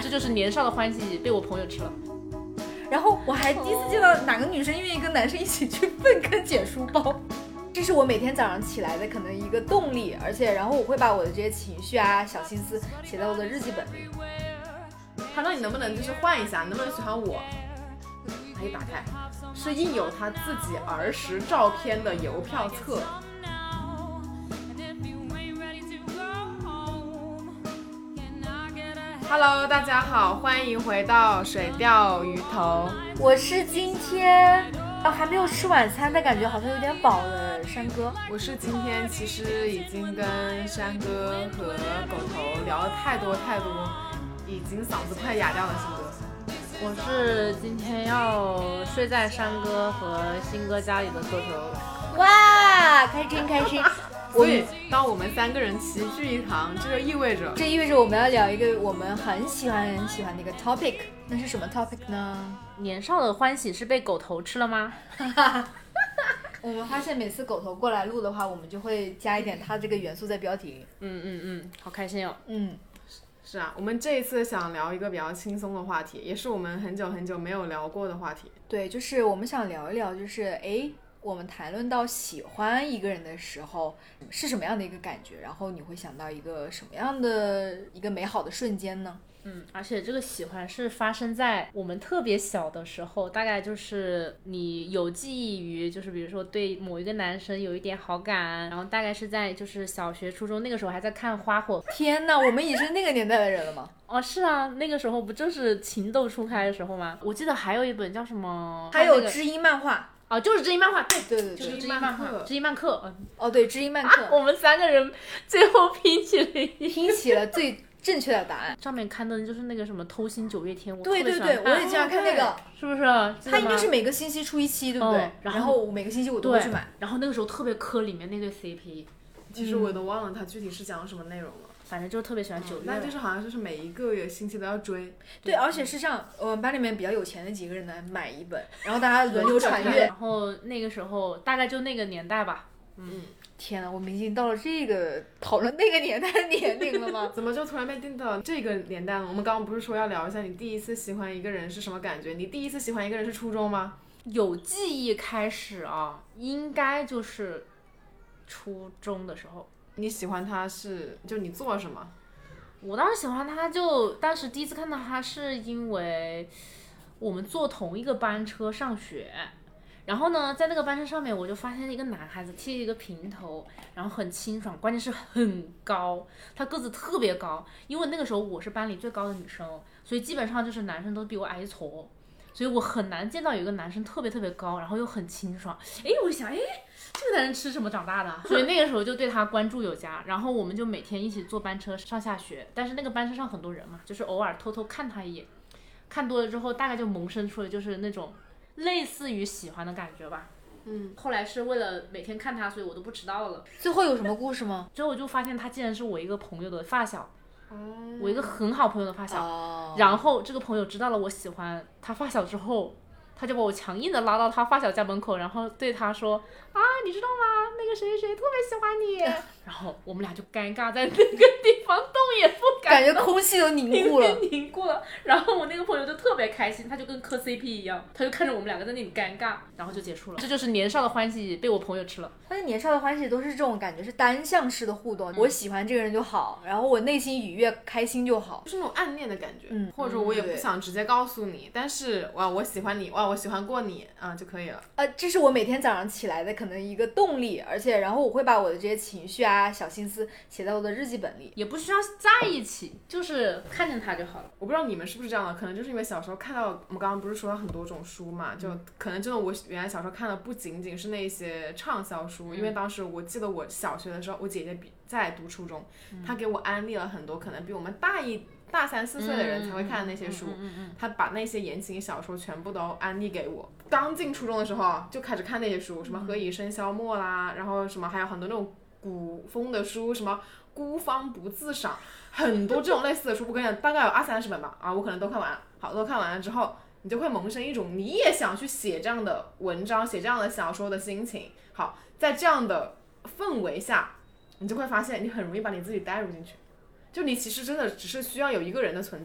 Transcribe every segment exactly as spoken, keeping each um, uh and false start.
这就是年少的欢喜被我朋友吃了。 然后我还第一次见到哪个女生愿意跟男生一起去粪坑捡书包，这是我每天早上起来的可能一个动力，而且然后我会把我的这些情绪啊、小心思写在我的日记本里。 他那你能不能就是换一下，你能不能喜欢我？可以打开，是印有他自己儿时照片的邮票册。Hello， 大家好，欢迎回到水钓鱼头。 我是今天啊还没有吃晚餐，但感觉好像有点饱的山哥。 我是今天其实已经跟山哥和狗头聊了太多太多，已经嗓子快哑掉了。新哥， 我是今天要睡在山哥和新哥家里的狗头。 哇，开心开心！ 所以当我们三个人齐聚一堂，这就意味着这意味着我们要聊一个我们很喜欢很喜欢的一个 topic。 那是什么 topic 呢？ 年少的欢喜是被狗头吃了吗？ 我们发现每次狗头过来录的话，我们就会加一点它这个元素在标题里。 嗯嗯嗯，好开心哦。 嗯， 是啊，我们这一次想聊一个比较轻松的话题，也是我们很久很久没有聊过的话题。 对，就是我们想聊一聊，就是哎，我们谈论到喜欢一个人的时候是什么样的一个感觉，然后你会想到一个什么样的一个美好的瞬间呢？ 嗯，而且这个喜欢是发生在我们特别小的时候，大概就是你有记忆于，就是比如说对某一个男生有一点好感，然后大概是在就是小学初中那个时候还在看花火。 天哪，我们已经是那个年代的人了吗？ 哦，是啊，那个时候不就是情窦初开的时候吗？我记得还有一本叫什么， 还有知音漫画。 哦，就是知音漫画，对对对对， 就是知音漫画，知音漫课。嗯， 哦，对，知音漫课、 啊。我们三个人最后拼起了拼起了最正确的答案。 上面刊登的就是那个什么偷心九月天，我对对对，我也经常看那个， 是不是？ 它应该是每个星期出一期，对不对？哦、然, 后然后每个星期我都会去买。 然后那个时候特别磕里面那对 C P， 其实我都忘了它具体是讲什么内容了。 反正就特别喜欢九月、嗯， 那就是好像就是每一个月星期都要追。 对，而且是这样，我们班里面比较有钱的几个人呢买一本，然后大家轮流传阅。 然后那个时候大概就那个年代吧。 嗯， 天哪，我们已经到了这个讨论那个年代的年龄了吗？ 怎么就突然被定到这个年代了？我们刚刚不是说要聊一下你第一次喜欢一个人是什么感觉？你第一次喜欢一个人是初中吗？ 有记忆开始啊，应该就是初中的时候。 你喜欢他是就你做什么？ 我当时喜欢他就当时第一次看到他是因为我们坐同一个班车上学，然后呢在那个班车上面我就发现一个男孩子剃了一个平头，然后很清爽，关键是很高，他个子特别高，因为那个时候我是班里最高的女生，所以基本上就是男生都比我矮一撮，所以我很难见到有一个男生特别特别高然后又很清爽。诶，我想诶这个男人吃什么长大的？所以那个时候就对他关注有加，然后我们就每天一起坐班车上下学，但是那个班车上很多人嘛，就是偶尔偷偷看他一眼，看多了之后大概就萌生出了就是那种类似于喜欢的感觉吧。 嗯， 后来是为了每天看他，所以我都不迟到了。 最后有什么故事吗？ 最后我就发现他竟然是我一个朋友的发小。 哦， 我一个很好朋友的发小。 哦， 然后这个朋友知道了我喜欢他发小之后，他就把我强硬的拉到他发小家门口，然后对他说啊，你知道吗？那个谁谁特别喜欢你。然后我们俩就尴尬在那个地方动也不敢动， 感觉空气都凝固了， 凝固了。然后我那个朋友就特别开心，他就跟磕 C P 一样，他就看着我们两个在那里尴尬，然后就结束了。这就是年少的欢喜被我朋友吃了。 但是年少的欢喜都是这种感觉，是单向式的互动、嗯、我喜欢这个人就好，然后我内心愉悦开心就好， 就是那种暗恋的感觉。 嗯， 或者我也不想直接告诉你、嗯、但是哇我喜欢你，哇我喜欢过你啊就可以了。 呃，这是我每天早上起来的可能一个动力，而且然后我会把我的这些情绪啊小心思写在我的日记本里， 也不需要在一起，就是看见他就好了。 我不知道你们是不是这样的，可能就是因为小时候看到我们刚刚不是说了很多种书嘛，就可能真的我原来小时候看的不仅仅是那些畅销书、嗯、因为当时我记得我小学的时候我姐姐比在读初中、嗯、她给我安利了很多可能比我们大一大三四岁的人才会看的那些书，她把那些言情小说全部都安利给我。刚进初中的时候就开始看那些书，什么何以笙箫默啦，然后什么还有很多那种古风的书，什么孤芳不自赏，很多这种类似的书，我跟你讲大概有二三十本吧，啊，我可能都看完了。好，都看完了之后你就会萌生一种你也想去写这样的文章写这样的小说的心情。好，在这样的氛围下你就会发现你很容易把你自己带入进去，就你其实真的只是需要有一个人的存在，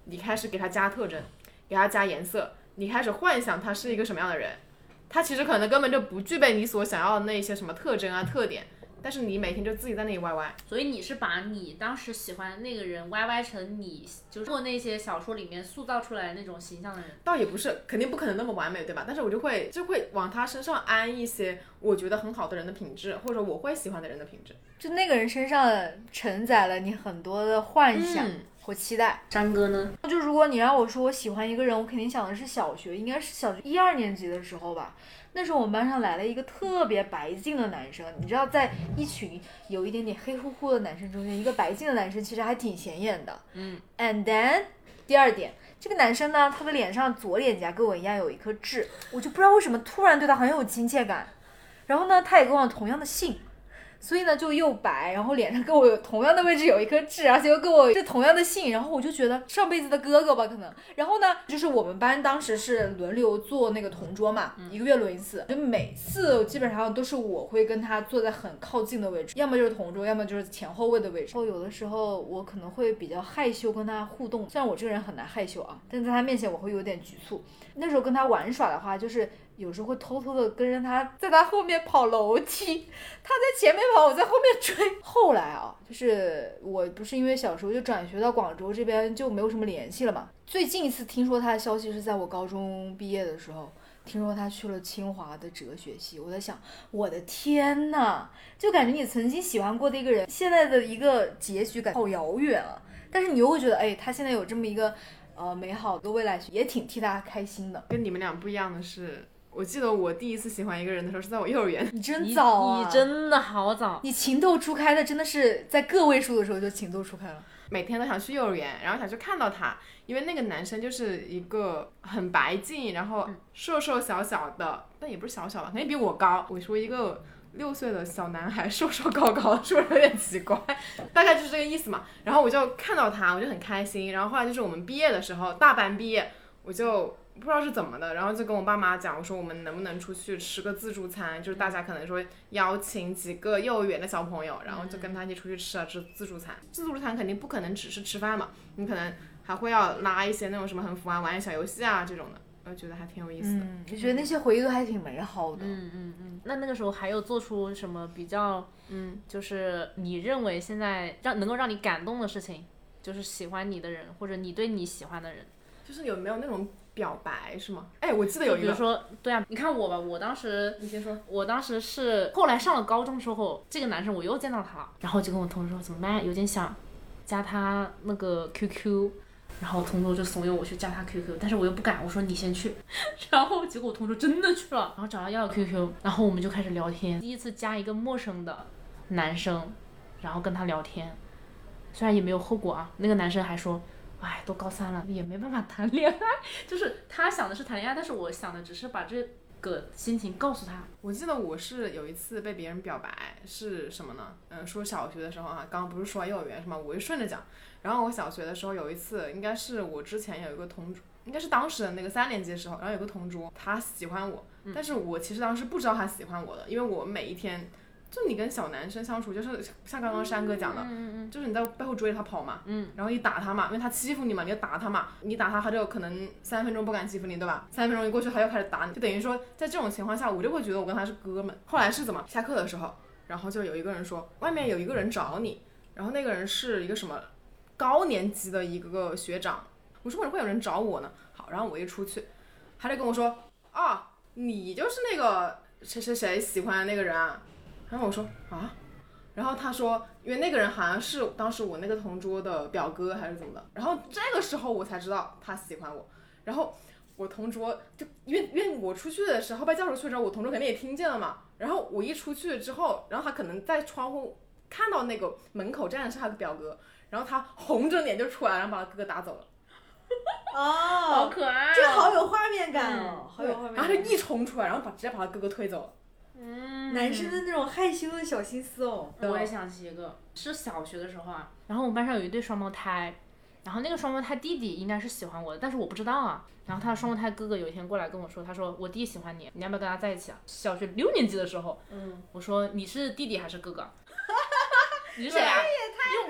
你开始给他加特征，给他加颜色，你开始幻想他是一个什么样的人，他其实可能根本就不具备你所想要的那些什么特征啊特点，但是你每天就自己在那里歪歪。 所以你是把你当时喜欢的那个人歪歪成你就是做那些小说里面塑造出来的那种形象的人？ 倒也不是，肯定不可能那么完美，对吧？但是我就会就会往他身上安一些我觉得很好的人的品质，或者我会喜欢的人的品质。 就那个人身上承载了你很多的幻想和期待。 张哥呢？ 就如果你让我说我喜欢一个人，我肯定想的是小学，应该是小学一二年级的时候吧。那时候我们班上来了一个特别白净的男生，你知道，在一群有一点点黑乎乎的男生中间，一个白净的男生其实还挺显眼的。 嗯 ，and then 第二点，这个男生呢，他的脸上左脸颊跟我一样有一颗痣，我就不知道为什么突然对他很有亲切感。然后呢，他也跟我同样的姓。所以呢，就又白，然后脸上跟我有同样的位置有一颗痣，而且又跟我是同样的姓，然后我就觉得上辈子的哥哥吧可能。然后呢，就是我们班当时是轮流坐那个同桌嘛，嗯、一个月轮一次，就每次基本上都是我会跟他坐在很靠近的位置，要么就是同桌，要么就是前后位的位置。然后有的时候我可能会比较害羞跟他互动，虽然我这个人很难害羞啊，但在他面前我会有点局促。那时候跟他玩耍的话，就是有时候会偷偷的跟着他在他后面跑楼梯，他在前面跑，我在后面追。后来啊，就是我不是因为小时候就转学到广州这边就没有什么联系了嘛。最近一次听说他的消息是在我高中毕业的时候，听说他去了清华的哲学系。我在想，我的天呐，就感觉你曾经喜欢过的一个人，现在的一个结局感好遥远啊。但是你又会觉得，哎，他现在有这么一个呃美好的未来，也挺替他开心的。 跟你们俩不一样的是，我记得我第一次喜欢一个人的时候是在我幼儿园。 你真早啊！ 你, 你真的好早， 你情窦初开的真的是在个位数的时候就情窦初开了。 每天都想去幼儿园，然后想去看到他，因为那个男生就是一个很白净，然后瘦瘦小小的，但也不是小小的，肯定比我高。我说一个六岁的小男孩瘦瘦高高的，是不是有点奇怪？大概就是这个意思嘛。然后我就看到他，我就很开心。然后后来就是我们毕业的时候，大班毕业，我就不知道是怎么的，然后就跟我爸妈讲，我说我们能不能出去吃个自助餐，就是大家可能说邀请几个幼儿园的小朋友，然后就跟他一起出去吃啊吃自助餐。自助餐肯定不可能只是吃饭嘛，你可能还会要拉一些那种什么很福啊，玩小游戏啊这种的。我觉得还挺有意思的。 嗯，我觉得那些回忆都还挺美好的。 嗯嗯嗯。那那个时候还有做出什么比较，嗯，就是你认为现在让能够让你感动的事情，就是喜欢你的人或者你对你喜欢的人， 就是有没有那种表白是吗？哎，我记得有一个， 比如说，对啊，你看我吧，我当时， 你先说， 我当时是后来上了高中之后，这个男生我又见到他了，然后就跟我同事说怎么办，有点想加他那个 Q Q。然后同桌就怂恿我去加他 Q Q， 但是我又不敢，我说你先去。然后结果我同桌真的去了，然后找他要了 Q Q， 然后我们就开始聊天。第一次加一个陌生的男生，然后跟他聊天，虽然也没有后果啊。那个男生还说，哎，都高三了，也没办法谈恋爱。就是他想的是谈恋爱，但是我想的只是把这个心情告诉他。 我记得我是有一次被别人表白，是什么呢？嗯，说小学的时候啊，刚刚不是说幼儿园是吗？我就顺着讲。然后我小学的时候有一次，应该是我之前有一个同桌，应该是当时的那个三年级的时候，然后有个同桌他喜欢我，但是我其实当时不知道他喜欢我的，因为我每一天就你跟小男生相处，就是像刚刚山哥讲的， 嗯嗯嗯、 就是你在背后追着他跑嘛， 嗯， 然后你打他嘛，因为他欺负你嘛，你就打他嘛，你打他他就可能三分钟不敢欺负你，对吧？三分钟一过去他又开始打你，就等于说在这种情况下，我就会觉得我跟他是哥们。后来是怎么？下课的时候，然后就有一个人说外面有一个人找你，然后那个人是一个什么高年级的一个学长。我说为什么会有人找我呢？好，然后我一出去，他就跟我说啊，你就是那个谁谁谁喜欢的那个人啊。然后我说啊，然后他说因为那个人好像是当时我那个同桌的表哥还是怎么的。然后这个时候我才知道他喜欢我。然后我同桌就因为因为我出去的时候被叫出去之后，我同桌肯定也听见了嘛。然后我一出去之后，然后他可能在窗户看到那个门口站的是他的表哥，然后他红着脸就出来，然后把他哥哥打走了。 哦， 好可爱、哦， 这个好有画面感哦，嗯、好有画面感。 然后他就一冲出来，然后把直接把他哥哥推走了。 嗯， 男生的那种害羞的小心思哦。 我也想起一个，是小学的时候啊，然后我们班上有一对双胞胎，然后那个双胞胎弟弟应该是喜欢我的，但是我不知道啊。然后他的双胞胎哥哥有一天过来跟我说，他说我弟喜欢你，你要不要跟他在一起啊？小学六年级的时候，嗯，我说你是弟弟还是哥哥？你是谁啊？又不认识啊。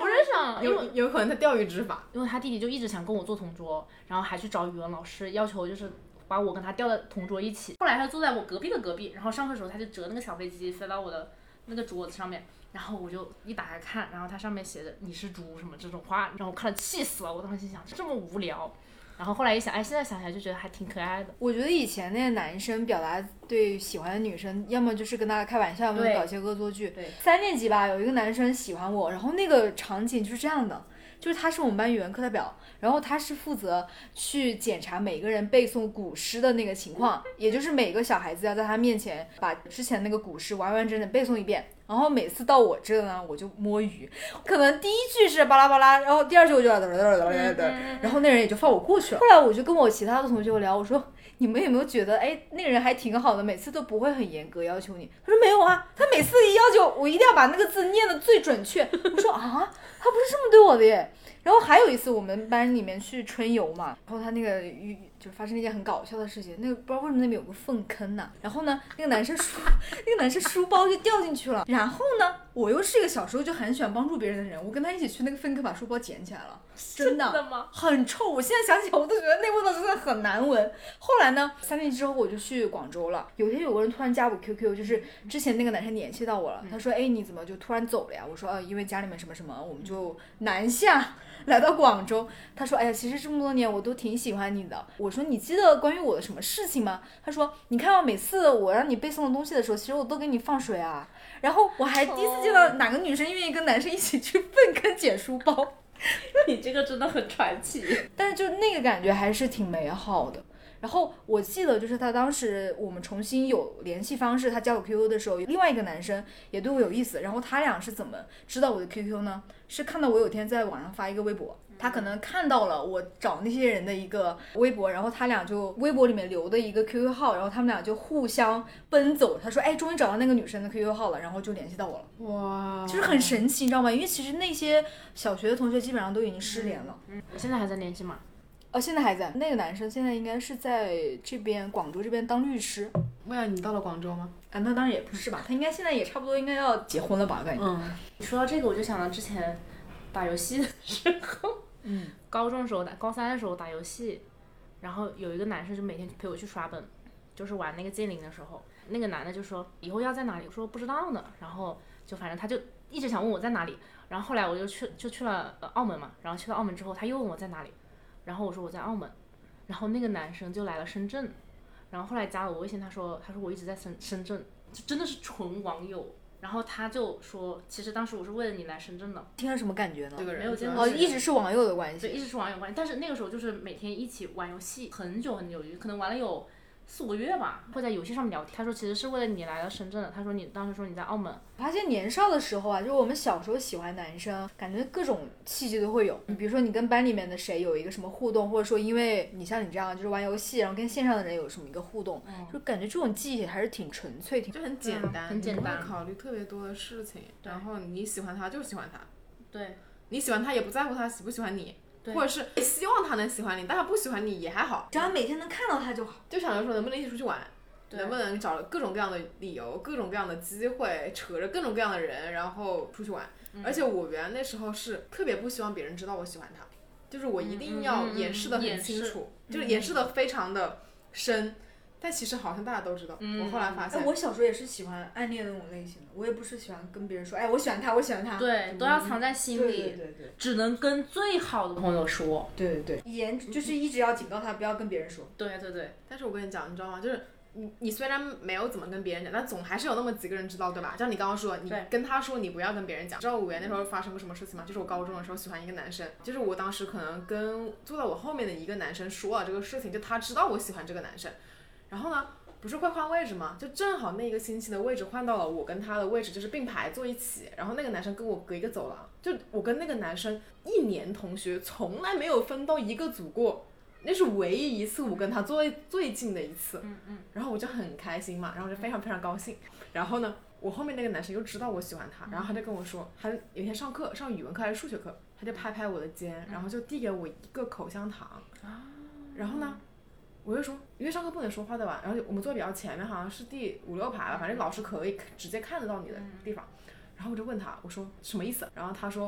样，因为有有可能他钓鱼执法， 因为他弟弟就一直想跟我做同桌，然后还去找语文老师要求就是把我跟他调到同桌一起。后来他坐在我隔壁的隔壁，然后上课的时候他就折那个小飞机飞到我的那个桌子上面，然后我就一打开看，然后它上面写着你是猪什么这种话，让我看了气死了。我当时心想这么无聊，然后后来一想，哎，现在想起来就觉得还挺可爱的。 我觉得以前那些男生表达对喜欢的女生，要么就是跟他开玩笑，要么搞些恶作剧。 对， 三年级吧，有一个男生喜欢我，然后那个场景就是这样的，就是他是我们班语文课代表，然后他是负责去检查每个人背诵古诗的那个情况，也就是每个小孩子要在他面前把之前那个古诗完完整整背诵一遍。然后每次到我这呢，我就摸鱼，可能第一句是巴拉巴拉，然后第二句我就哒哒哒哒哒哒，然后那人也就放我过去了。后来我就跟我其他的同学聊，我说你们有没有觉得，哎，那个人还挺好的，每次都不会很严格要求你。他说没有啊，他每次一要求我一定要把那个字念得最准确。我说啊，他不是这么对我的耶。然后还有一次我们班里面去春游嘛，然后他那个就发生了一件很搞笑的事情，那个不知道为什么那边有个粪坑呢，然后呢那个男生书那个男生书包就掉进去了，然后呢我又是一个小时候就很喜欢帮助别人的人，我跟他一起去那个粪坑把书包捡起来了，真的, 真的吗？ 很臭，我现在想起来我都觉得那味道真的很难闻。后来呢三年级之后我就去广州了，有一天有个人突然加我 Q Q， 就是之前那个男生联系到我了，他说哎你怎么就突然走了呀？我说呃因为家里面什么什么，我们就南下来到广州。他说哎呀其实这么多年我都挺喜欢你的。我说你记得关于我的什么事情吗？他说你看到每次我让你背诵的东西的时候，其实我都给你放水啊。然后我还第一次见到哪个女生愿意跟男生一起去粪坑捡书包你这个真的很传奇。 但是就那个感觉还是挺美好的。然后我记得就是他当时我们重新有联系方式，他加我 Q Q 的时候，另外一个男生也对我有意思，然后他俩是怎么知道我的 Q Q 呢？是看到我有天在网上发一个微博，他可能看到了我找那些人的一个微博，然后他俩就微博里面留的一个 Q Q 号，然后他们俩就互相奔走，他说哎终于找到那个女生的 Q Q 号了，然后就联系到我了。 哇， 就是很神奇你知道吗？因为其实那些小学的同学基本上都已经失联了。 嗯，我现在还在联系吗？ 哦，现在还在。那个男生现在应该是在这边广州这边当律师。 为啥你到了广州吗？ 啊，那当然也不是吧，他应该现在也差不多应该要结婚了吧，感觉。 嗯，说到这个我就想到之前打游戏的时候， 嗯， 高中的时候打，高三的时候打游戏，然后有一个男生就每天陪我去刷本，就是玩那个剑灵的时候，那个男的就说以后要在哪里，我说不知道呢，然后就反正他就一直想问我在哪里，然后后来我就去就去了、呃、澳门嘛，然后去到澳门之后他又问我在哪里，然后我说我在澳门，然后那个男生就来了深圳，然后后来加了我微信，他说他说我一直在深深圳，就真的是纯网友。然后他就说其实当时我是为了你来深圳的。 听了什么感觉呢？ 这个人没有见过哦，一直是网友的关系。 对，一直是网友关系，但是那个时候就是每天一起玩游戏，很久很久，可能玩了有四五个月吧，会在游戏上面聊天。他说其实是为了你来了深圳的，他说你当时说你在澳门。 我发现年少的时候啊，就是我们小时候喜欢男生，感觉各种契机都会有。你比如说你跟班里面的谁有一个什么互动，或者说因为你像你这样就是玩游戏，然后跟线上的人有什么一个互动，嗯、就感觉这种记忆还是挺纯粹，挺就很简单， 嗯、很简单， 你不会考虑特别多的事情，然后你喜欢他就喜欢他， 对， 你喜欢他也不在乎他喜不喜欢你。或者是希望他能喜欢你，但他不喜欢你也还好， 只要每天能看到他就好。 就想着说能不能一起出去玩，能不能找各种各样的理由、各种各样的机会，扯着各种各样的人，然后出去玩。嗯、而且我原来那时候是特别不希望别人知道我喜欢他，就是我一定要掩饰的很清楚，嗯、就是掩饰的非常的深。但其实好像大家都知道，嗯、我后来发现、 哎，我小时候也是喜欢暗恋那种类型的，我也不是喜欢跟别人说，哎，我喜欢他，我喜欢他， 对，都要藏在心里， 对对对对， 只能跟最好的朋友说， 对对对，严就是一直要警告他不要跟别人说， 对对对。 但是我跟你讲，你知道吗？就是你你虽然没有怎么跟别人讲，但总还是有那么几个人知道，对吧？像你刚刚说，你跟他说你不要跟别人讲。知道我原那时候发生过什么事情吗？就是我高中的时候喜欢一个男生，就是我当时可能跟坐在我后面的一个男生说了这个事情，就他知道我喜欢这个男生，然后呢？不是会换位置吗？就正好那一个星期的位置换到了我跟他的位置，就是并排坐一起。然后那个男生跟我隔一个走廊，就我跟那个男生一年同学，从来没有分到一个组过，那是唯一一次我跟他最最近的一次。 嗯嗯。 然后我就很开心嘛，然后我就非常非常高兴。然后呢，我后面那个男生又知道我喜欢他，然后他就跟我说，他有一天上课上语文课还是数学课，他就拍拍我的肩，然后就递给我一个口香糖。然后呢？我就说，因为上课不能说话的吧，然后我们坐比较前面，好像是第五六排吧，反正老师可以直接看得到你的地方。然后我就问他，我说什么意思？然后他说，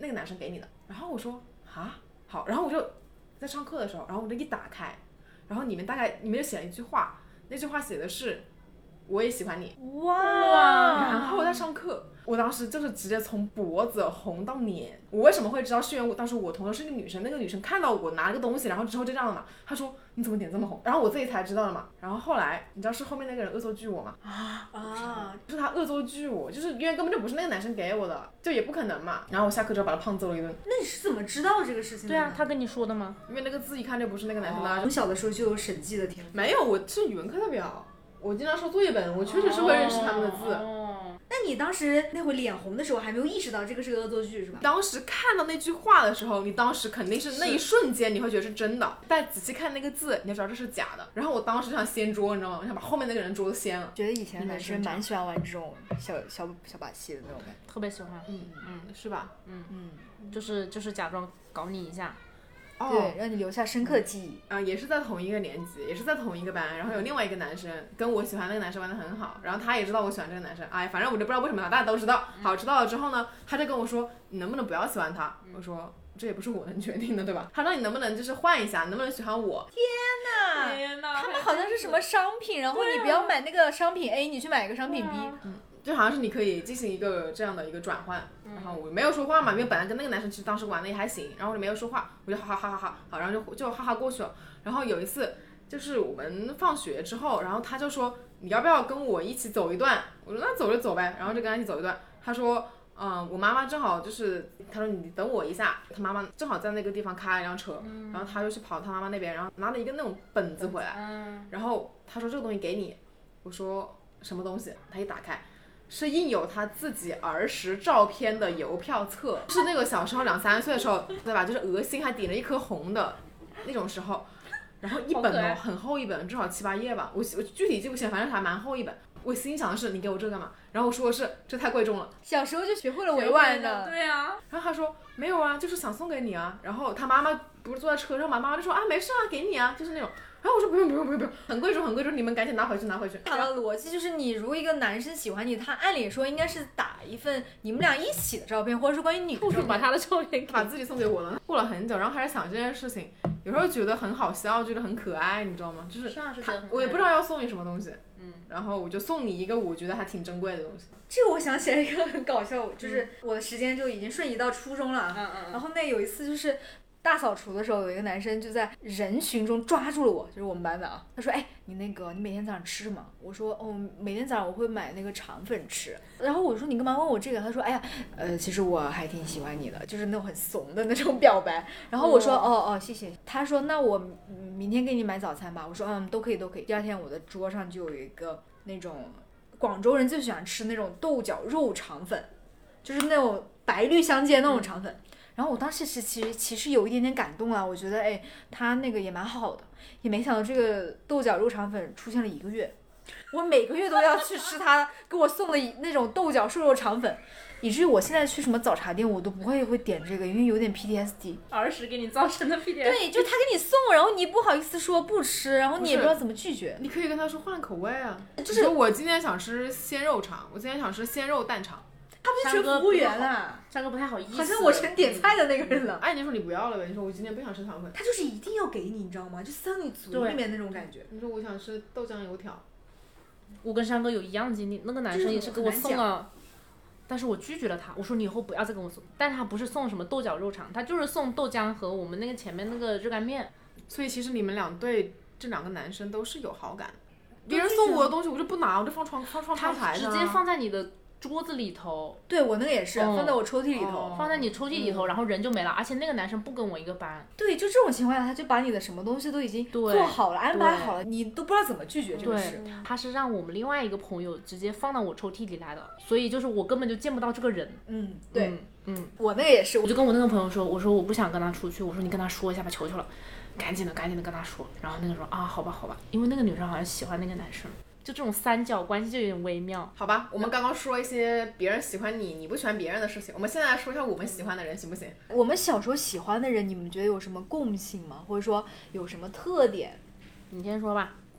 那个男生给你的。然后我说啊好，然后我就在上课的时候，然后我就一打开，然后里面大概里面就写了一句话，那句话写的是我也喜欢你。 哇！ 然后我在上课，我当时就是直接从脖子红到脸。我为什么会知道？是因为我当时我同桌是一个女生，那个女生看到我拿了个东西，然后之后就这样了嘛，她说你怎么脸这么红？然后我自己才知道了嘛。然后后来你知道是后面那个人恶作剧我吗？ 啊啊！ 就是他恶作剧我，就是因为根本就不是那个男生给我的，就也不可能嘛。然后我下课之后把他胖揍了一顿。 那你是怎么知道这个事情的？ 对啊，他跟你说的吗？ 因为那个字一看就不是那个男生的、啊。 从小的时候就有审计的天赋。 没有，我是语文课特别好，我经常收作业本，我确实是会认识他们的字。 哦， 那你当时那会脸红的时候，还没有意识到这个是个恶作剧是吧？ 当时看到那句话的时候，你当时肯定是那一瞬间你会觉得是真的，但仔细看那个字，你就知道这是假的。然后我当时就想掀桌，你知道吗？我想把后面那个人桌子掀了。 觉得以前男生蛮喜欢玩这种小小小把戏的那种感觉。 特别喜欢， 嗯嗯，是吧？ 嗯嗯， 就是就是假装搞你一下。 哦、 对，让你留下深刻记忆。 啊、呃，也是在同一个年级，也是在同一个班，然后有另外一个男生跟我喜欢那个男生玩得很好，然后他也知道我喜欢这个男生，哎，反正我就不知道为什么，大家都知道。好，知道了之后呢，他就跟我说，你能不能不要喜欢他？我说这也不是我能决定的，对吧？他说你能不能就是换一下，能不能喜欢我？ 天哪！ 天哪！ 他们好像是什么商品，然后你不要买那个商品 A，你去买一个商品 B。 嗯，就好像是你可以进行一个这样的一个转换。然后我没有说话嘛，因为本来跟那个男生其实当时玩的也还行，然后我就没有说话，我就哈哈哈哈好，然后就就哈哈过去了。然后有一次就是我们放学之后，然后他就说你要不要跟我一起走一段？我说那走就走呗，然后就跟他一起走一段。他说嗯，我妈妈正好就是他说你等我一下，他妈妈正好在那个地方开了一辆车，嗯、然后他就去跑他妈妈那边，然后拿了一个那种本子回来，嗯、然后他说这个东西给你，我说什么东西？他一打开。是印有他自己儿时照片的邮票册，是那个小时候两三岁的时候，对吧？就是额心还顶着一颗红的那种时候，然后一本哦，很厚一本，至少七八页吧。我我具体记不清，反正还蛮厚一本。我心想的是，你给我这干嘛？然后我说的是，这太贵重了。 小时候就学会了委婉的， 对啊。 然后他说没有啊，就是想送给你啊。然后他妈妈不是坐在车上嘛，妈妈就说啊没事啊，给你啊，就是那种。然后我说不用不用不用不用，很贵重很贵重，你们赶紧拿回去拿回去。 他的逻辑就是，你如果一个男生喜欢你，他按理说应该是打一份你们俩一起的照片，或者是关于你的照片， 把他的照片把自己送给我了。过了很久，然后开始想这件事情，有时候觉得很好笑，觉得很可爱，你知道吗？就是他，我也不知道要送你什么东西，嗯，然后我就送你一个我觉得还挺珍贵的东西。 这个我想起来一个很搞笑，就是我的时间就已经瞬移到初中了， 嗯嗯， 然后那有一次就是。大扫除的时候，有一个男生就在人群中抓住了我，就是我们班的啊。他说：“哎，你那个，你每天早上吃什么？”我说：“哦，每天早上我会买那个肠粉吃。”然后我说：“你干嘛问我这个？”他说：“哎呀，呃，其实我还挺喜欢你的，就是那种很怂的那种表白。”然后我说：“哦哦，谢谢。”他说：“那我明天给你买早餐吧。”我说：“嗯，都可以，都可以。”第二天我的桌上就有一个那种广州人最喜欢吃那种豆角肉肠粉，就是那种白绿相间那种肠粉。嗯，然后我当时是其实其实有一点点感动啊，我觉得哎，他那个也蛮好的，也没想到这个豆角肉肠粉出现了一个月，我每个月都要去吃他给我送的那种豆角瘦肉肠粉，以至于我现在去什么早茶店我都不会会点这个，因为有点 P T S D。 儿时给你造成的 P T S D。 对，就他给你送，然后你不好意思说不吃，然后你也不知道怎么拒绝。 你可以跟他说换口味啊，就是我今天想吃鲜肉肠，我今天想吃鲜肉蛋肠。 他不是成服务员了， 三哥不太好意思， 好像我成点菜的那个人了。 哎，你说你不要了呗？你说我今天不想吃肠粉。 他就是一定要给你，你知道吗？就塞你嘴里面那种感觉。 你说我想吃豆浆油条。 我跟山哥有一样的经历，那个男生也是给我送了，但是我拒绝了他，我说你以后不要再跟我送。但是他不是送什么豆角肉肠，他就是送豆浆和我们那个前面那个热干面。 所以其实你们俩对这两个男生都是有好感的。别人送我的东西我就不拿，我就放窗放放窗台上。 他直接放在你的桌子里头。 对，我那个也是、嗯、放在我抽屉里头、 哦、放在你抽屉里头、嗯、然后人就没了，而且那个男生不跟我一个班。 对，就这种情况下他就把你的什么东西都已经做好了安排好了，你都不知道怎么拒绝这个事。 他是让我们另外一个朋友直接放到我抽屉里来的，所以就是我根本就见不到这个人。 嗯，对， 嗯，嗯我那个也是， 我就跟我那个朋友说，我说我不想跟他出去，我说你跟他说一下吧，求求了，赶紧的赶紧的跟他说。然后那个说啊好吧好吧，因为那个女生好像喜欢那个男生，就这种三角关系就有点微妙。 好吧，我们刚刚说一些别人喜欢你你不喜欢别人的事情，我们现在来说一下我们喜欢的人行不行？ 我们小时候喜欢的人你们觉得有什么共性吗？或者说有什么特点？ 你先说吧。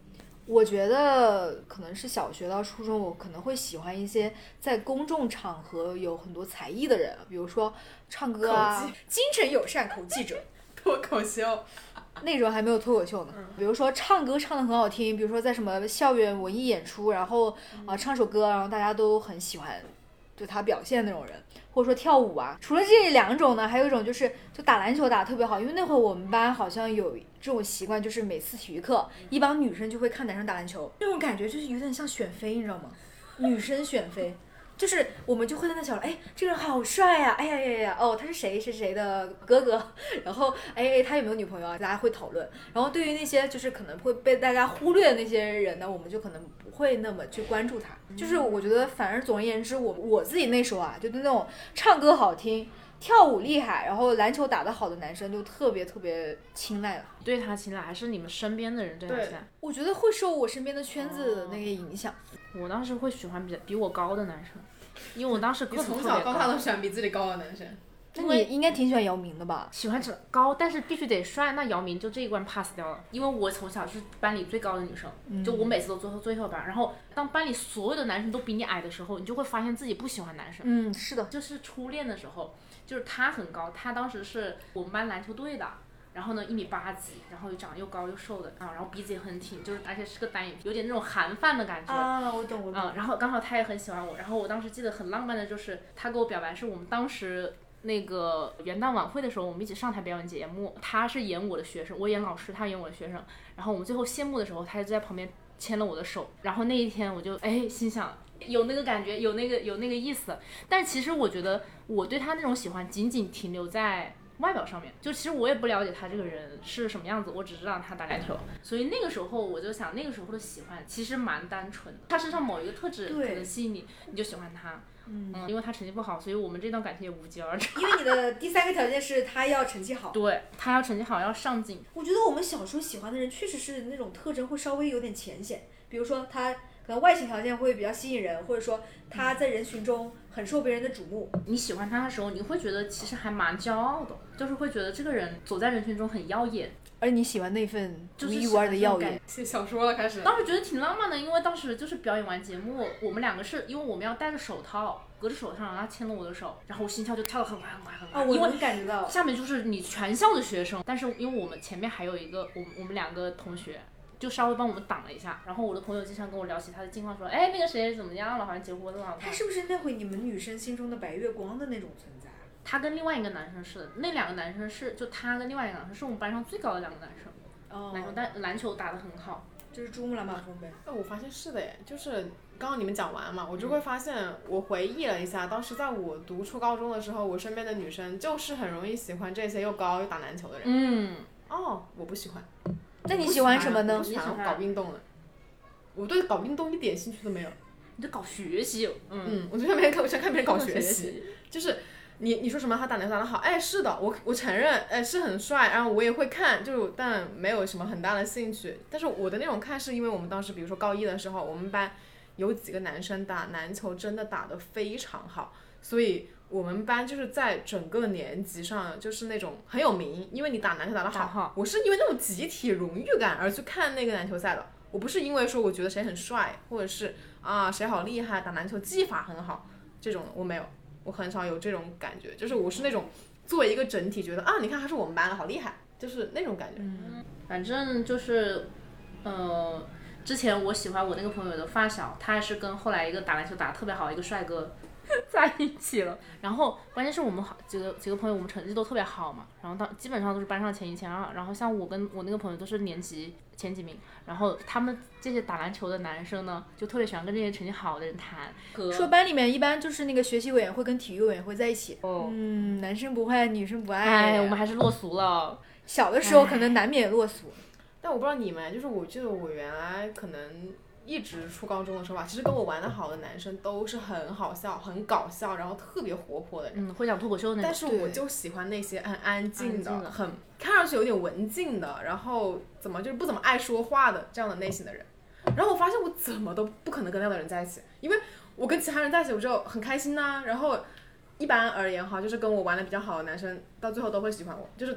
我觉得可能是小学到初中，我可能会喜欢一些在公众场合有很多才艺的人，比如说唱歌啊，精神友善口技者， 脱口秀。 那时候还没有脱口秀呢，嗯、比如说唱歌唱得很好听，比如说在什么校园文艺演出，然后啊、呃、唱首歌，然后大家都很喜欢对他表现那种人，或者说跳舞啊。除了这两种呢，还有一种就是就打篮球打得特别好，因为那会儿我们班好像有这种习惯，就是每次体育课一帮女生就会看男生打篮球，那种感觉就是有点像选妃，你知道吗？女生选妃。就是我们就会在那想，哎，这个人好帅呀、啊！哎呀呀呀，哦，他是谁谁谁的哥哥？然后，哎哎，他有没有女朋友啊？大家会讨论。然后对于那些就是可能会被大家忽略的那些人呢，我们就可能不会那么去关注他。就是我觉得，反而总而言之，我我自己那时候啊，就对那种唱歌好听、跳舞厉害，然后篮球打得好的男生，就特别特别青睐了。 对他青睐，还是你们身边的人对他青睐？ 我觉得会受我身边的圈子的那个影响。 我当时会喜欢比比我高的男生，因为我当时个子特别高。 你从小到大都喜欢比自己高的男生。 那你应该挺喜欢姚明的吧？ 喜欢着高，但是必须得帅。那姚明就这一关 pass 掉了，因为我从小是班里最高的女生，嗯、就我每次都坐最后班。然后当班里所有的男生都比你矮的时候，你就会发现自己不喜欢男生。 嗯，是的。 就是初恋的时候，就是他很高，他当时是我们班篮球队的。然后呢，一米八几，然后又长得又高又瘦的啊，然后鼻子也很挺，就是而且是个单眼皮，有点那种韩范的感觉啊，我懂我懂。 嗯，然后刚好他也很喜欢我，然后我当时记得很浪漫的就是他给我表白，是我们当时那个元旦晚会的时候，我们一起上台表演节目，他是演我的学生，我演老师，他演我的学生，然后我们最后谢幕的时候，他就在旁边牵了我的手，然后那一天我就哎心想。有那个感觉，有那个有那个意思，但其实我觉得我对他那种喜欢仅仅停留在外表上面，就其实我也不了解他这个人是什么样子，我只知道他打篮球，所以那个时候我就想，那个时候的喜欢其实蛮单纯的，他身上某一个特质可能吸引你，你就喜欢他。嗯, 嗯，因为他成绩不好，所以我们这段感情也无疾而终。 因为你的第三个条件是他要成绩好。 对，他要成绩好，要上进。 我觉得我们小时候喜欢的人确实是那种特征会稍微有点浅显，比如说他可能外形条件会比较吸引人，或者说他在人群中很受别人的瞩目。 你喜欢他的时候，你会觉得其实还蛮骄傲的，就是会觉得这个人走在人群中很耀眼。 而你喜欢那份独一无二的耀眼。 写小说了开始。 当时觉得挺浪漫的，因为当时就是表演完节目，我们两个是因为我们要戴着手套，隔着手套，然后他牵了我的手，然后我心跳就跳得很快很快很快。 啊，我能感觉到。 下面就是你全校的学生，但是因为我们前面还有一个我们我们两个同学。就稍微帮我们挡了一下，然后我的朋友经常跟我聊起他的近况，说，哎，那个谁怎么样了，好像结婚了。 他是不是那会你们女生心中的白月光的那种存在？ 他跟另外一个男生是的，那两个男生是就他跟另外一个男生是我们班上最高的两个男生。哦。篮球但篮球打得很好， 就是珠穆朗玛峰呗。 哎，我发现是的耶，就是刚刚你们讲完嘛，我就会发现，我回忆了一下，当时在我读初高中的时候，我身边的女生就是很容易喜欢这些又高又打篮球的人。 嗯。 哦，我不喜欢。 那你喜欢什么呢？ 我喜欢搞运动的，我对搞运动一点兴趣都没有。 你对搞学习？嗯, 嗯我就看别人看，我想看别人搞学习，就是你你说什么他打篮球打得好，哎是的，我我承认，哎是很帅，然后我也会看，就但没有什么很大的兴趣。但是我的那种看是因为我们当时比如说高一的时候，我们班有几个男生打篮球真的打得非常好，所以。我们班就是在整个年级上就是那种很有名，因为你打篮球打得好， 好我是因为那种集体荣誉感而去看那个篮球赛的，我不是因为说我觉得谁很帅，或者是啊谁好厉害，打篮球技法很好，这种我没有，我很少有这种感觉，就是我是那种作为一个整体觉得啊你看他是我们班的好厉害，就是那种感觉。 嗯，反正就是呃之前我喜欢我那个朋友的发小，他也是跟后来一个打篮球打得特别好一个帅哥在一起了，然后关键是我们好几个几个朋友，我们成绩都特别好嘛，然后当基本上都是班上前一前二，然后像我跟我那个朋友都是年级前几名，然后他们这些打篮球的男生呢，就特别喜欢跟这些成绩好的人谈。 说班里面一般就是那个学习委员会跟体育委员会在一起， 哦， 嗯，男生不坏，女生不爱， 哎，我们还是落俗了。 小的时候可能难免落俗， 但我不知道你们，就是我记得我原来可能。一直初高中的时候吧，其实跟我玩的好的男生都是很好笑、很搞笑，然后特别活泼的人， 嗯，会讲脱口秀那种。 但是我就喜欢那些很安静的、的很看上去有点文静的，然后怎么就是不怎么爱说话的这样的类型的人。然后我发现我怎么都不可能跟那样的人在一起，因为我跟其他人在一起我就很开心呐、啊。然后一般而言哈，就是跟我玩的比较好的男生，到最后都会喜欢我，就是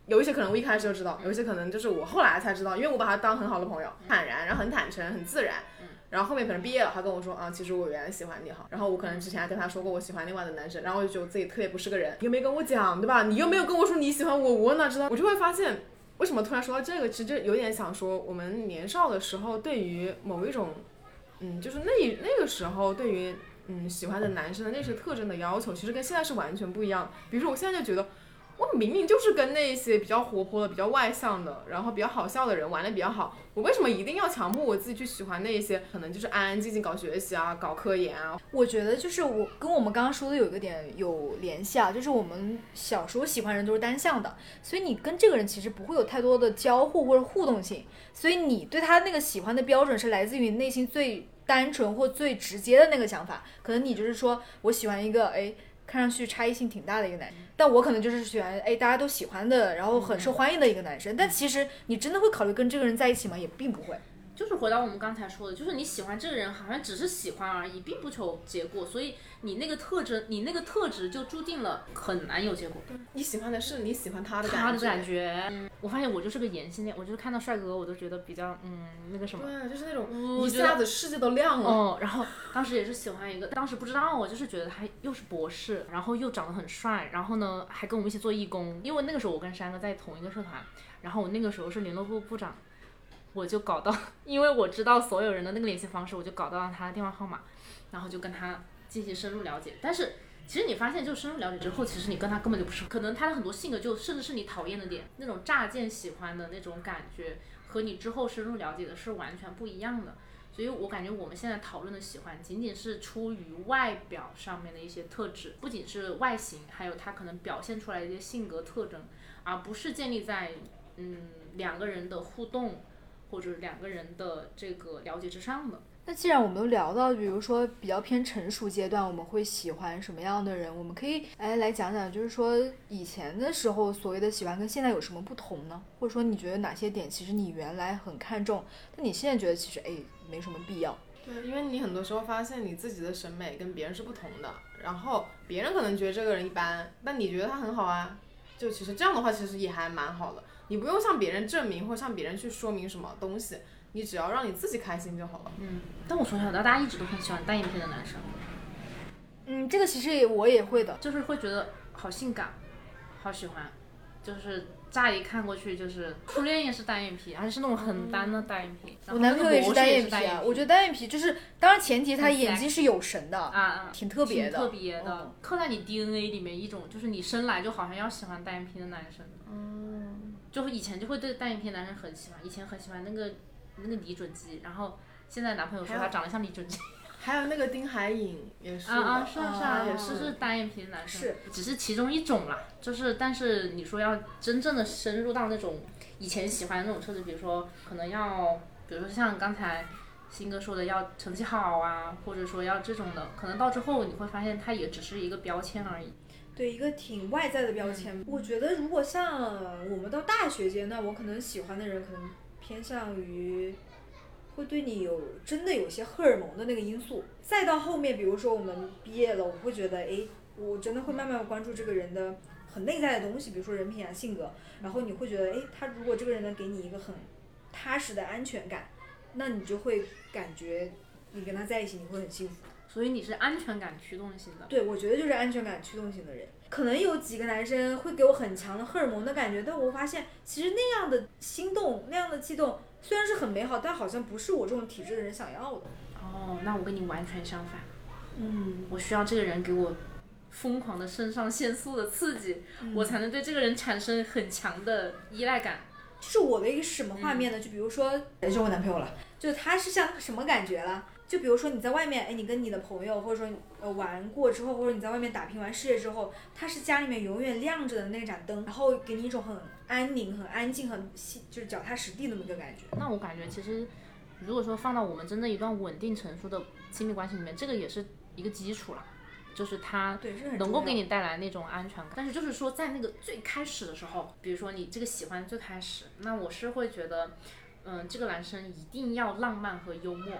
有一些可能我一开始就知道，有一些可能就是我后来才知道，因为我把他当很好的朋友，坦然，然后很坦诚，很自然。然后后面可能毕业了，他跟我说啊，其实我原来喜欢你哈。然后我可能之前还跟他说过我喜欢另外的男生，然后我就觉得我自己特别不是个人，你又没跟我讲，对吧？你又没有跟我说你喜欢我，我哪知道？我就会发现，为什么突然说到这个，其实就有点想说，我们年少的时候对于某一种，嗯，就是那那个时候对于嗯喜欢的男生的那些特征的要求，其实跟现在是完全不一样的。比如说我现在就觉得。我明明就是跟那些比较活泼的、比较外向的，然后比较好笑的人玩的比较好，我为什么一定要强迫我自己去喜欢那些可能就是安安静静搞学习啊、搞科研啊？ 我觉得就是我跟我们刚刚说的有一个点有联系啊，就是我们小时候喜欢人都是单向的，所以你跟这个人其实不会有太多的交互或者互动性，所以你对他那个喜欢的标准是来自于内心最单纯或最直接的那个想法。可能你就是说我喜欢一个哎。看上去差异性挺大的一个男生，但我可能就是喜欢哎大家都喜欢的，然后很受欢迎的一个男生，但其实你真的会考虑跟这个人在一起吗？也并不会。 就是回到我们刚才说的，就是你喜欢这个人，好像只是喜欢而已，并不求结果，所以你那个特征，你那个特质就注定了很难有结果。 你喜欢的是你喜欢他的感觉。 他的感觉，嗯，我发现我就是个颜性恋，我就是看到帅哥我都觉得比较嗯那个什么。 对，就是那种、嗯、一下子世界都亮了。 哦，然后当时也是喜欢一个，当时不知道，我就是觉得他又是博士，然后又长得很帅，然后呢还跟我们一起做义工，因为那个时候我跟山哥在同一个社团，然后我那个时候是联络部部长。我就搞到，因为我知道所有人的那个联系方式，我就搞到了他的电话号码，然后就跟他进行深入了解。但是其实你发现，就深入了解之后，其实你跟他根本就不是，可能他的很多性格就甚至是你讨厌的点，那种乍见喜欢的那种感觉，和你之后深入了解的是完全不一样的。所以我感觉我们现在讨论的喜欢，仅仅是出于外表上面的一些特质，不仅是外形，还有他可能表现出来的一些性格特征，而不是建立在嗯两个人的互动。或者两个人的这个了解之上的。 那既然我们都聊到，比如说比较偏成熟阶段，我们会喜欢什么样的人？我们可以哎来讲讲，就是说以前的时候所谓的喜欢跟现在有什么不同呢？或者说你觉得哪些点其实你原来很看重，但你现在觉得其实哎没什么必要？ 对，因为你很多时候发现你自己的审美跟别人是不同的，然后别人可能觉得这个人一般，但你觉得他很好啊。就其实这样的话，其实也还蛮好的。你不用向别人证明或向别人去说明什么东西，你只要让你自己开心就好了。 嗯，但我从小到大一直都很喜欢单眼皮的男生。 嗯，这个其实也我也会的， 就是会觉得好性感，好喜欢，就是乍一看过去就是初恋也是单眼皮，而且是那种很单的单眼皮。 我男朋友也是单眼皮啊，我觉得单眼皮就是，当然前提他眼睛是有神的啊啊， 挺特别的， 挺特别的，嗯、刻在你 D N A 里面一种，就是你生来就好像要喜欢单眼皮的男生。嗯，就以前就会对单眼皮的男生很喜欢，以前很喜欢那个那个李准基，然后现在男朋友说他长得像李准基。 还有那个丁海寅也是啊啊是啊是啊， 也是是单眼皮的男生， 是只是其中一种啦。就是但是你说要真正的深入到那种以前喜欢的那种特质，比如说可能要，比如说像刚才新哥说的要成绩好啊，或者说要这种的，可能到之后你会发现它也只是一个标签而已。 对，一个挺外在的标签。嗯、我觉得如果像我们到大学阶段，我可能喜欢的人可能偏向于。会对你有真的有些荷尔蒙的那个因素，再到后面，比如说我们毕业了，我会觉得，哎，我真的会慢慢关注这个人的很内在的东西，比如说人品啊、性格，然后你会觉得，哎，他如果这个人能给你一个很踏实的安全感，那你就会感觉你跟他在一起你会很幸福。 所以你是安全感驱动型的？ 对，我觉得就是安全感驱动型的人。可能有几个男生会给我很强的荷尔蒙的感觉，但我发现其实那样的心动、那样的悸动虽然是很美好，但好像不是我这种体质的人想要的。 哦，那我跟你完全相反。 嗯， 我需要这个人给我疯狂的肾上腺素的刺激，嗯、我才能对这个人产生很强的依赖感。 就是我的一个是什么画面呢？嗯、就比如说，就是我男朋友了，就是他是像什么感觉了？就比如说你在外面，哎，你跟你的朋友或者说呃玩过之后，或者你在外面打拼完事业之后，他是家里面永远亮着的那盏灯，然后给你一种很安宁、很安静、很就是脚踏实地的那么个感觉。 那我感觉其实，如果说放到我们真的一段稳定成熟的亲密关系里面，这个也是一个基础了，就是它能够给你带来那种安全感。但是就是说，在那个最开始的时候，比如说你这个喜欢最开始，那我是会觉得，嗯，这个男生一定要浪漫和幽默。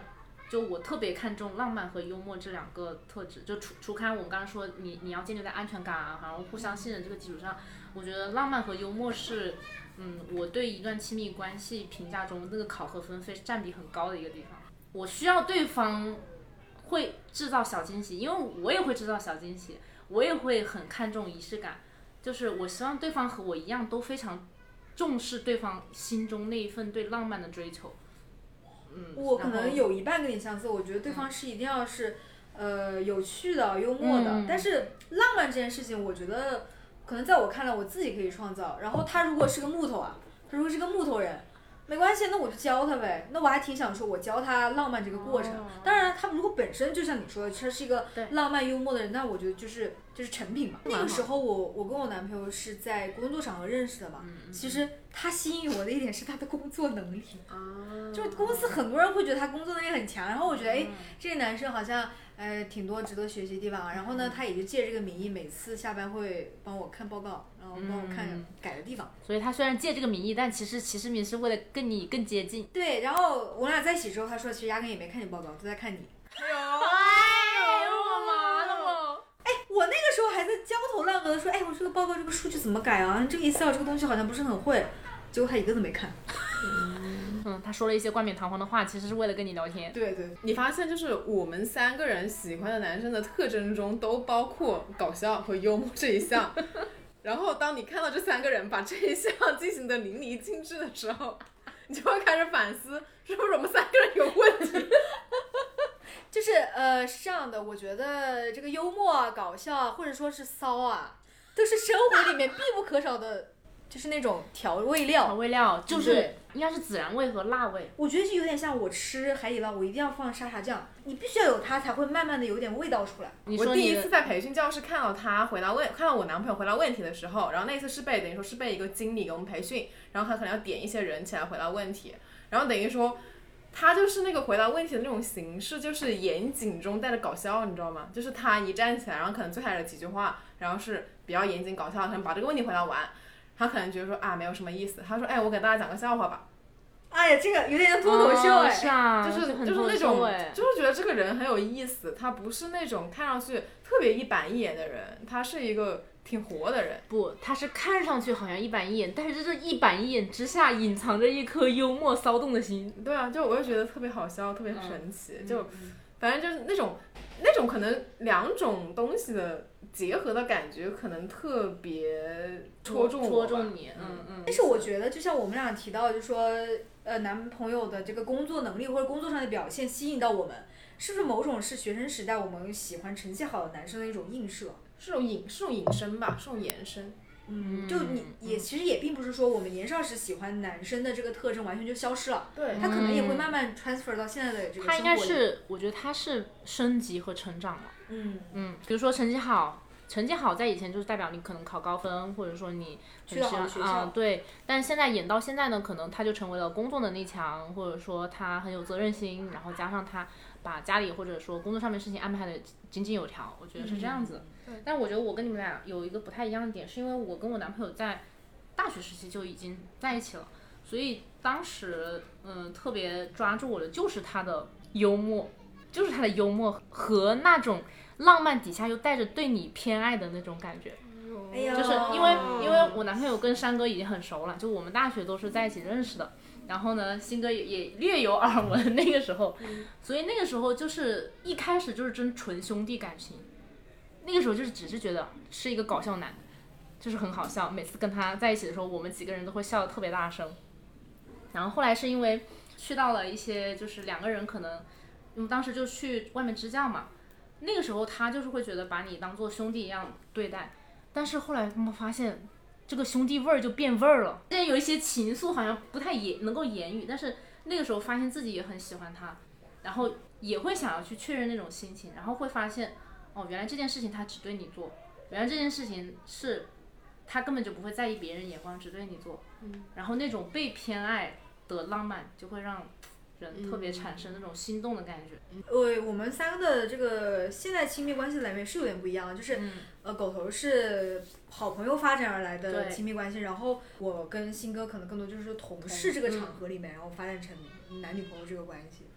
就我特别看重浪漫和幽默这两个特质，就除除开我们刚刚说你你要建立在安全感啊，然后互相信任这个基础上，我觉得浪漫和幽默是，嗯，我对一段亲密关系评价中那个考核分非占比很高的一个地方。我需要对方会制造小惊喜，因为我也会制造小惊喜，我也会很看重仪式感，就是我希望对方和我一样都非常重视对方心中那一份对浪漫的追求。嗯， 我可能有一半跟你相似，我觉得对方是一定要是，呃，有趣的、幽默的。 嗯、 但是浪漫这件事情，我觉得可能在我看来，我自己可以创造。然后他如果是个木头啊，他如果是个木头人，没关系，那我就教他呗。那我还挺想说，我教他浪漫这个过程。 哦、 当然，他如果本身就像你说的，他是一个浪漫幽默的人，那我觉得就是就是成品嘛。那个时候我我跟我男朋友是在工作场合认识的嘛。 嗯、 其实他吸引我的一点是他的工作能力。 哦、 就是公司很多人会觉得他工作能力很强，然后我觉得哎，这个男生好像呃挺多值得学习的地方。然后呢，他也就借这个名义，每次下班会帮我看报告，然后帮我看改的地方。 所以他虽然借这个名义，但其实其实名是为了跟你更接近。 对，然后我俩在一起之后，他说其实压根也没看你报告，都在看你。 哎呦， 哎呦我妈了我！ 哎，我那个时候还在焦头烂额的说，哎，我这个报告这个数据怎么改啊？这个 Excel 这个东西好像不是很会，结果他一个都没看。 嗯，他说了一些冠冕堂皇的话，其实是为了跟你聊天。 对对， 你发现就是我们三个人喜欢的男生的特征中都包括搞笑和幽默这一项。然后当你看到这三个人把这一项进行的淋漓尽致的时候，你就会开始反思，是不是我们三个人有问题？ 就是呃是这样的，我觉得这个幽默啊、搞笑啊，或者说是骚啊，都是生活里面必不可少的。就是那种调味料， 调味料就是应该是孜然味和辣味。 我觉得就有点像我吃海底捞，我一定要放沙茶酱，你必须要有它才会慢慢的有点味道出来。 你我第一次在培训教室看到他回答问，看到我男朋友回答问题的时候，然后那次是被等于说是被一个经理给我们培训，然后他可能要点一些人起来回答问题，然后等于说他就是那个回答问题的那种形式，就是严谨中带着搞笑，你知道吗？就是他一站起来，然后可能最开始几句话，然后是比较严谨搞笑，可能把这个问题回答完。他可能觉得说啊没有什么意思，他说哎我给大家讲个笑话吧。 哎呀这个有点像脱口秀哎、 哦，是啊， 就是就是那种就是觉得这个人很有意思，他不是那种看上去特别一板一眼的人，他是一个挺活的人。 不，他是看上去好像一板一眼，但是这一板一眼之下隐藏着一颗幽默骚动的心。 对啊，就我就觉得特别好笑，特别神奇， 嗯、 就反正就是那种那种可能两种东西的结合的感觉，可能特别戳中我戳中你，嗯嗯。 但是我觉得，就像我们俩提到，就说呃男朋友的这个工作能力或者工作上的表现吸引到我们，是不是某种是学生时代我们喜欢成绩好的男生的一种映射？ 是种引是种引申吧，是种延伸。 嗯，就你也其实也并不是说我们年少时喜欢男生的这个特征完全就消失了， 对， 他可能也会慢慢 transfer 到现在的这个生活里。 他应该是，我觉得他是升级和成长了。 嗯嗯，比如说成绩好，成绩好在以前就是代表你可能考高分，或者说你去了好的学校、 嗯，对。但是现在演到现在呢，可能他就成为了工作能力强，或者说他很有责任心，然后加上他把家里或者说工作上面事情安排的井井有条，我觉得是这样子。 嗯但我觉得我跟你们俩有一个不太一样的点，是因为我跟我男朋友在大学时期就已经在一起了，所以当时嗯特别抓住我的就是他的幽默，就是他的幽默和那种浪漫底下又带着对你偏爱的那种感觉。 哎呀， 就是因为因为我男朋友跟山哥已经很熟了，就我们大学都是在一起认识的，然后呢鑫哥也也略有耳闻那个时候，所以那个时候就是一开始就是真纯兄弟感情。那个时候就是只是觉得是一个搞笑男，就是很好笑，每次跟他在一起的时候我们几个人都会笑得特别大声。然后后来是因为去到了一些就是两个人可能因为当时就去外面支教嘛，那个时候他就是会觉得把你当做兄弟一样对待，但是后来他们发现这个兄弟味儿就变味儿了，现在有一些情愫好像不太言能够言语，但是那个时候发现自己也很喜欢他，然后也会想要去确认那种心情，然后会发现哦，原来这件事情他只对你做，原来这件事情是他根本就不会在意别人眼光，只对你做。嗯，然后那种被偏爱的浪漫就会让人特别产生那种心动的感觉。 呃，我们三个的这个现在亲密关系的来源是有点不一样的，就是、嗯、呃，狗头是好朋友发展而来的亲密关系，然后我跟鑫哥可能更多就是同事这个场合里面，然后发展成男女朋友这个关系。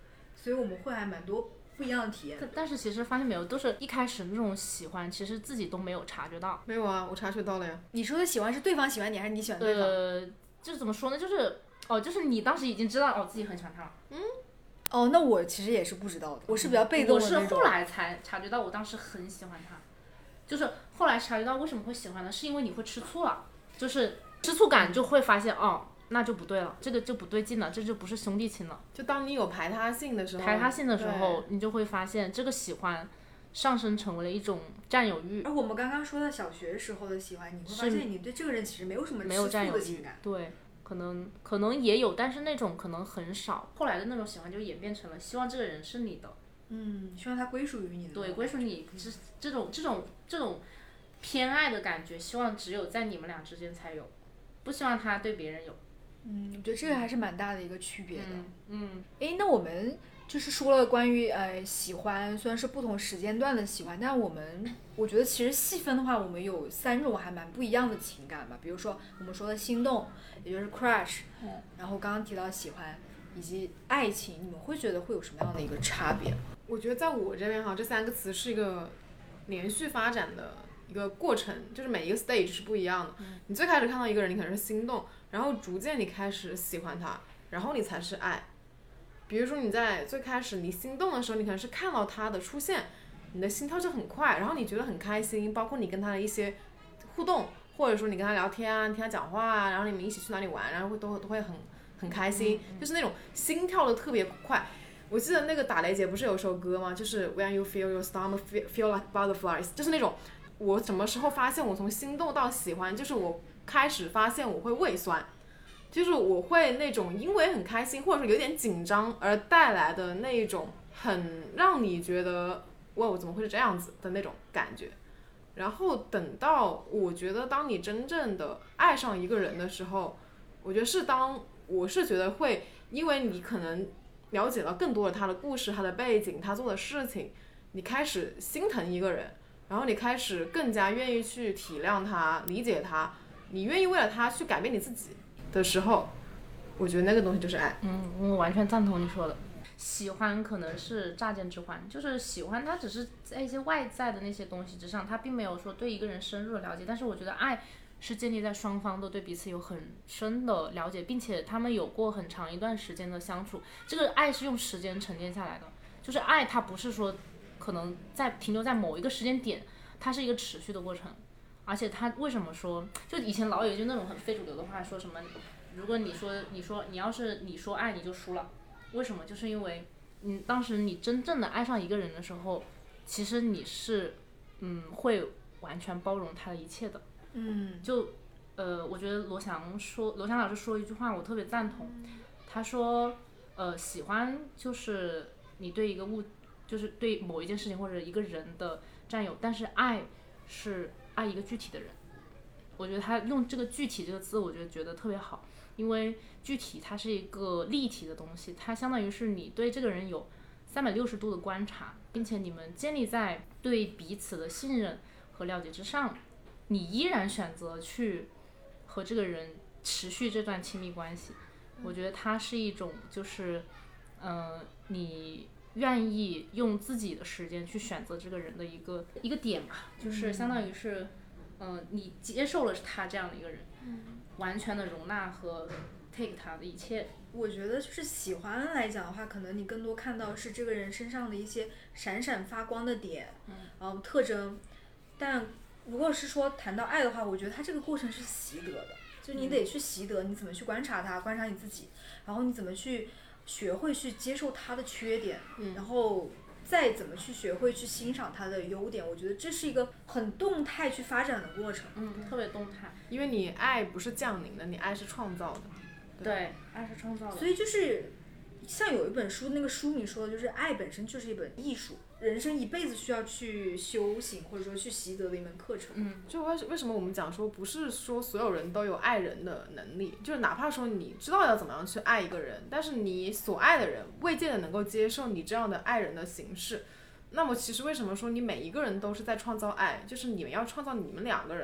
所以我们会还蛮多不一样的体验。 但但是其实发现没有，都是一开始那种喜欢，其实自己都没有察觉到。 没有啊，我察觉到了呀。 你说的喜欢是对方喜欢你，还是你喜欢对方？ 呃，就是怎么说呢？就是哦，就是你当时已经知道哦自己很喜欢他了。 嗯。哦，那我其实也是不知道的，我是比较被动的那种。 我是后来才察觉到，我当时很喜欢他，就是后来察觉到为什么会喜欢呢？是因为你会吃醋了，就是吃醋感就会发现哦。那就不对了，这个就不对劲了，这就不是兄弟情了。 就当你有排他性的时候， 排他性的时候，你就会发现这个喜欢上升成为了一种占有欲。 而我们刚刚说的小学时候的喜欢，你会发现你对这个人其实没有什么没有占有情感。 对，可能可能也有，但是那种可能很少。后来的那种喜欢就演变成了希望这个人是你的， 嗯，希望他归属于你的。 对，归属你，这这种这种这种偏爱的感觉，希望只有在你们俩之间才有，不希望他对别人有。 嗯，我觉得这个还是蛮大的一个区别的。 嗯， 哎、嗯，那我们就是说了关于呃喜欢，虽然是不同时间段的喜欢，但我们我觉得其实细分的话，我们有三种还蛮不一样的情感吧。比如说我们说的心动，也就是 crush，、嗯、然后刚刚提到喜欢以及爱情，你们会觉得会有什么样的一个差别？ 我觉得在我这边哈，这三个词是一个连续发展的一个过程，就是每一个 stage 是不一样的。嗯、你最开始看到一个人，你可能是心动。然后逐渐你开始喜欢他，然后你才是爱。比如说你在最开始你心动的时候，你可能是看到他的出现，你的心跳就很快，然后你觉得很开心，包括你跟他的一些互动，或者说你跟他聊天啊，听他讲话啊，然后你们一起去哪里玩，然后会都都会很很开心，嗯嗯就是那种心跳的特别快。我记得那个打雷姐不是有首歌吗？就是 When you feel your stomach feel, feel like butterflies， 就是那种我什么时候发现我从心动到喜欢，就是我开始发现我会胃酸，就是我会那种因为很开心或者说有点紧张而带来的那一种很让你觉得哇我怎么会是这样子的那种感觉。然后等到我觉得当你真正的爱上一个人的时候，我觉得是当我是觉得会因为你可能了解了更多的他的故事，他的背景，他做的事情，你开始心疼一个人，然后你开始更加愿意去体谅他，理解他，你愿意为了他去改变你自己的时候，我觉得那个东西就是爱。 嗯，我完全赞同你说的。喜欢可能是乍见之欢，就是喜欢它只是在一些外在的那些东西之上，它并没有说对一个人深入的了解。但是我觉得爱是建立在双方都对彼此有很深的了解，并且他们有过很长一段时间的相处。这个爱是用时间沉淀下来的，就是爱它不是说可能在停留在某一个时间点，它是一个持续的过程。而且他为什么说，就以前老有就那种很非主流的话，说什么如果你说你说你要是你说爱你就输了，为什么？就是因为嗯当时你真正的爱上一个人的时候，其实你是嗯会完全包容他的一切的。 嗯， 就呃我觉得罗翔说罗翔老师说一句话我特别赞同，他说呃喜欢就是你对一个物就是对某一件事情或者一个人的占有，但是爱是爱一个具体的人。我觉得他用这个具体这个字我觉得觉得特别好，因为具体它是一个立体的东西，它相当于是你对这个人有三百六十度的观察，并且你们建立在对彼此的信任和了解之上，你依然选择去和这个人持续这段亲密关系。我觉得它是一种就是嗯、呃，你愿意用自己的时间去选择这个人的一个一个点吧，就是相当于是嗯、呃，你接受了他这样的一个人，完全的容纳和 take 他的一切。 我觉得就是喜欢来讲的话，可能你更多看到是这个人身上的一些闪闪发光的点，嗯，然后特征。但如果是说谈到爱的话，我觉得它这个过程是习得的，就你得去习得，你怎么去观察他，观察你自己，然后你怎么去学会去接受他的缺点，嗯，然后再怎么去学会去欣赏他的优点。我觉得这是一个很动态去发展的过程， 嗯，特别动态。 因为你爱不是降临的，你爱是创造的。 对，对，爱是创造的。 所以就是像有一本书，那个书名说的就是爱本身就是一本艺术，人生一辈子需要去修行或者说去习得的一门课程。 嗯，就为为什么我们讲说不是说所有人都有爱人的能力，就是哪怕说你知道要怎么样去爱一个人，但是你所爱的人未见得能够接受你这样的爱人的形式，那么其实为什么说你每一个人都是在创造爱，就是你们要创造你们两个人的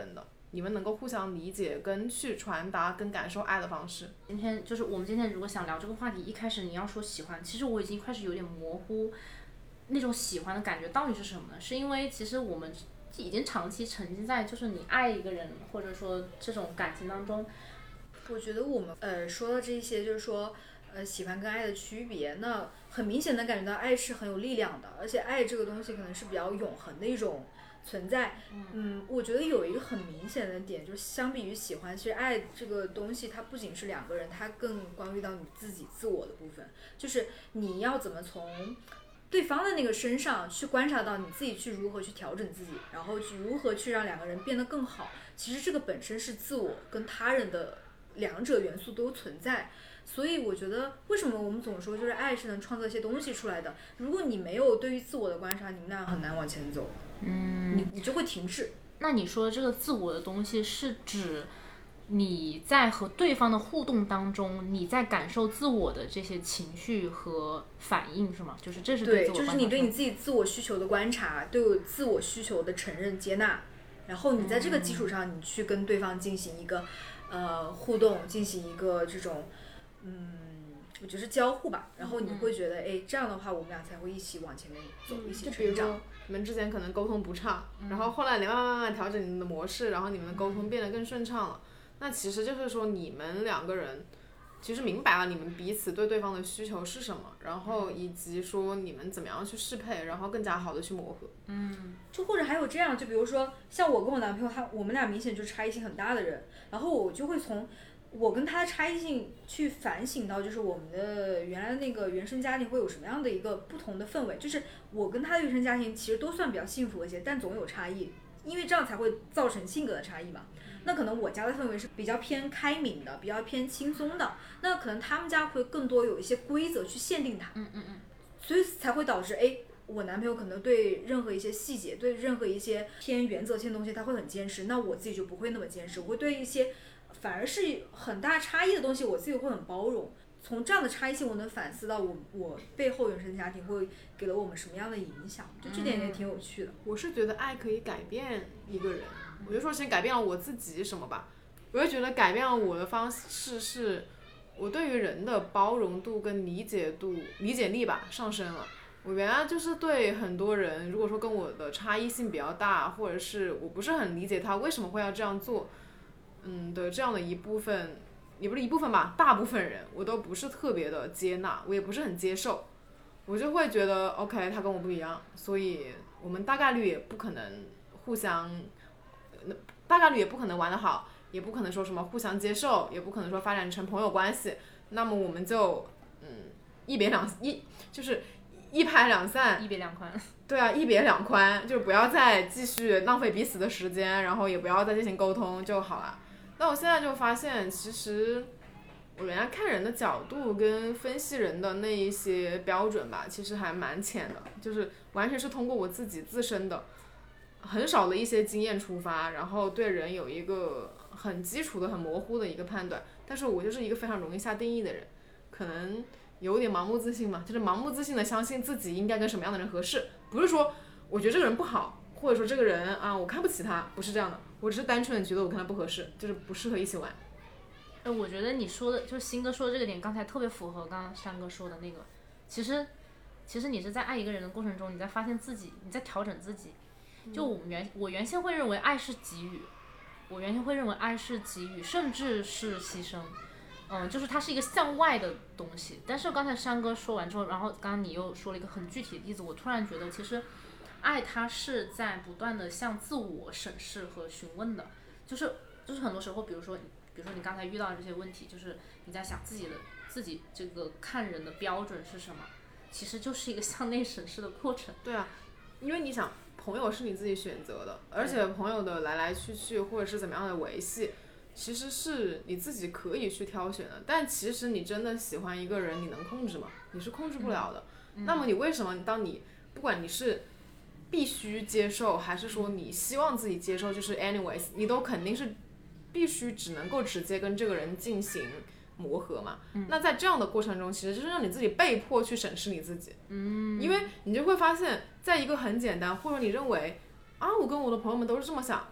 你们能够互相理解跟去传达跟感受爱的方式。 今天就是我们今天如果想聊这个话题，一开始你要说喜欢，其实我已经开始有点模糊那种喜欢的感觉到底是什么呢？是因为其实我们已经长期沉浸在就是你爱一个人或者说这种感情当中。 我觉得我们呃说的这些就是说呃喜欢跟爱的区别，那很明显的感觉到爱是很有力量的，而且爱这个东西可能是比较永恒的一种存在。嗯，我觉得有一个很明显的点，就是相比于喜欢，其实爱这个东西它不仅是两个人，它更关于到你自己自我的部分，就是你要怎么从对方的那个身上去观察到你自己去如何去调整自己，然后去如何去让两个人变得更好。其实这个本身是自我跟他人的两者元素都存在。所以我觉得为什么我们总说就是爱是能创造一些东西出来的，如果你没有对于自我的观察，你们俩很难往前走。 嗯， 你你就会停滞。 那你说这个自我的东西是指你在和对方的互动当中，你在感受自我的这些情绪和反应是吗？就是这是对自我观察。 对，就是你对你自己自我需求的观察，对我自我需求的承认接纳，然后你在这个基础上，你去跟对方进行一个呃互动，进行一个这种嗯，我觉得是交互吧。然后你会觉得，哎，这样的话我们俩才会一起往前面走， 嗯、 一起成长。就比如说你们之间可能沟通不畅， 嗯、 然后后来你慢慢慢慢调整你们的模式，然后你们的沟通变得更顺畅了。那其实就是说你们两个人其实明白了你们彼此对对方的需求是什么，然后以及说你们怎么样去适配，然后更加好的去磨合。 嗯，就或者还有这样，就比如说像我跟我男朋友，他我们俩明显就是差异性很大的人，然后我就会从我跟他的差异性去反省到，就是我们的原来的那个原生家庭会有什么样的一个不同的氛围。就是我跟他的原生家庭其实都算比较幸福一些，但总有差异，因为这样才会造成性格的差异嘛。那可能我家的氛围是比较偏开明的，比较偏轻松的，那可能他们家会更多有一些规则去限定它。 嗯嗯嗯， 所以才会导致哎，我男朋友可能对任何一些细节，对任何一些偏原则性的东西他会很坚持，那我自己就不会那么坚持，我会对一些反而是很大差异的东西我自己会很包容。从这样的差异性我能反思到我我背后原生家庭会给了我们什么样的影响，就这点也挺有趣的。 我是觉得爱可以改变一个人，我就说先改变了我自己什么吧，我会觉得改变了我的方式是我对于人的包容度跟理解度理解力吧上升了。我原来就是对很多人如果说跟我的差异性比较大，或者是我不是很理解他为什么会要这样做嗯的这样的一部分，也不是一部分吧，大部分人我都不是特别的接纳，我也不是很接受，我就会觉得 OK 他跟我不一样，所以我们大概率也不可能互相大概率也不可能玩得好，也不可能说什么互相接受，也不可能说发展成朋友关系，那么我们就嗯一别两一就是一拍两散， 一别两宽。 对啊，一别两宽，就是不要再继续浪费彼此的时间，然后也不要再进行沟通就好了。那我现在就发现，其实我原来看人的角度跟分析人的那一些标准吧，其实还蛮浅的，就是完全是通过我自己自身的很少的一些经验出发，然后对人有一个很基础的很模糊的一个判断。但是我就是一个非常容易下定义的人，可能有点盲目自信嘛，就是盲目自信的相信自己应该跟什么样的人合适，不是说我觉得这个人不好，或者说这个人啊我看不起他，不是这样的，我只是单纯的觉得我跟他不合适，就是不适合一起玩。 呃，我觉得你说的就是新哥说的这个点，刚才特别符合刚刚山哥说的那个。其实，其实你是在爱一个人的过程中，你在发现自己，你在调整自己。就我原我原先会认为爱是给予，我原先会认为爱是给予，甚至是牺牲。嗯，就是它是一个向外的东西。但是刚才山哥说完之后，然后刚刚你又说了一个很具体的例子，我突然觉得其实爱它是在不断的向自我审视和询问的。就是就是很多时候，比如说比如说你刚才遇到的这些问题，就是你在想自己的自己这个看人的标准是什么，其实就是一个向内审视的过程。 对啊，因为你想朋友是你自己选择的，而且朋友的来来去去或者是怎么样的维系，其实是你自己可以去挑选的。但其实你真的喜欢一个人，你能控制吗？你是控制不了的。嗯、那么你为什么当你不管你是必须接受，还是说你希望自己接受，就是 anyways 你都肯定是必须只能够直接跟这个人进行磨合嘛、嗯、那在这样的过程中，其实就是让你自己被迫去审视你自己。嗯，因为你就会发现在一个很简单，或者你认为啊我跟我的朋友们都是这么想，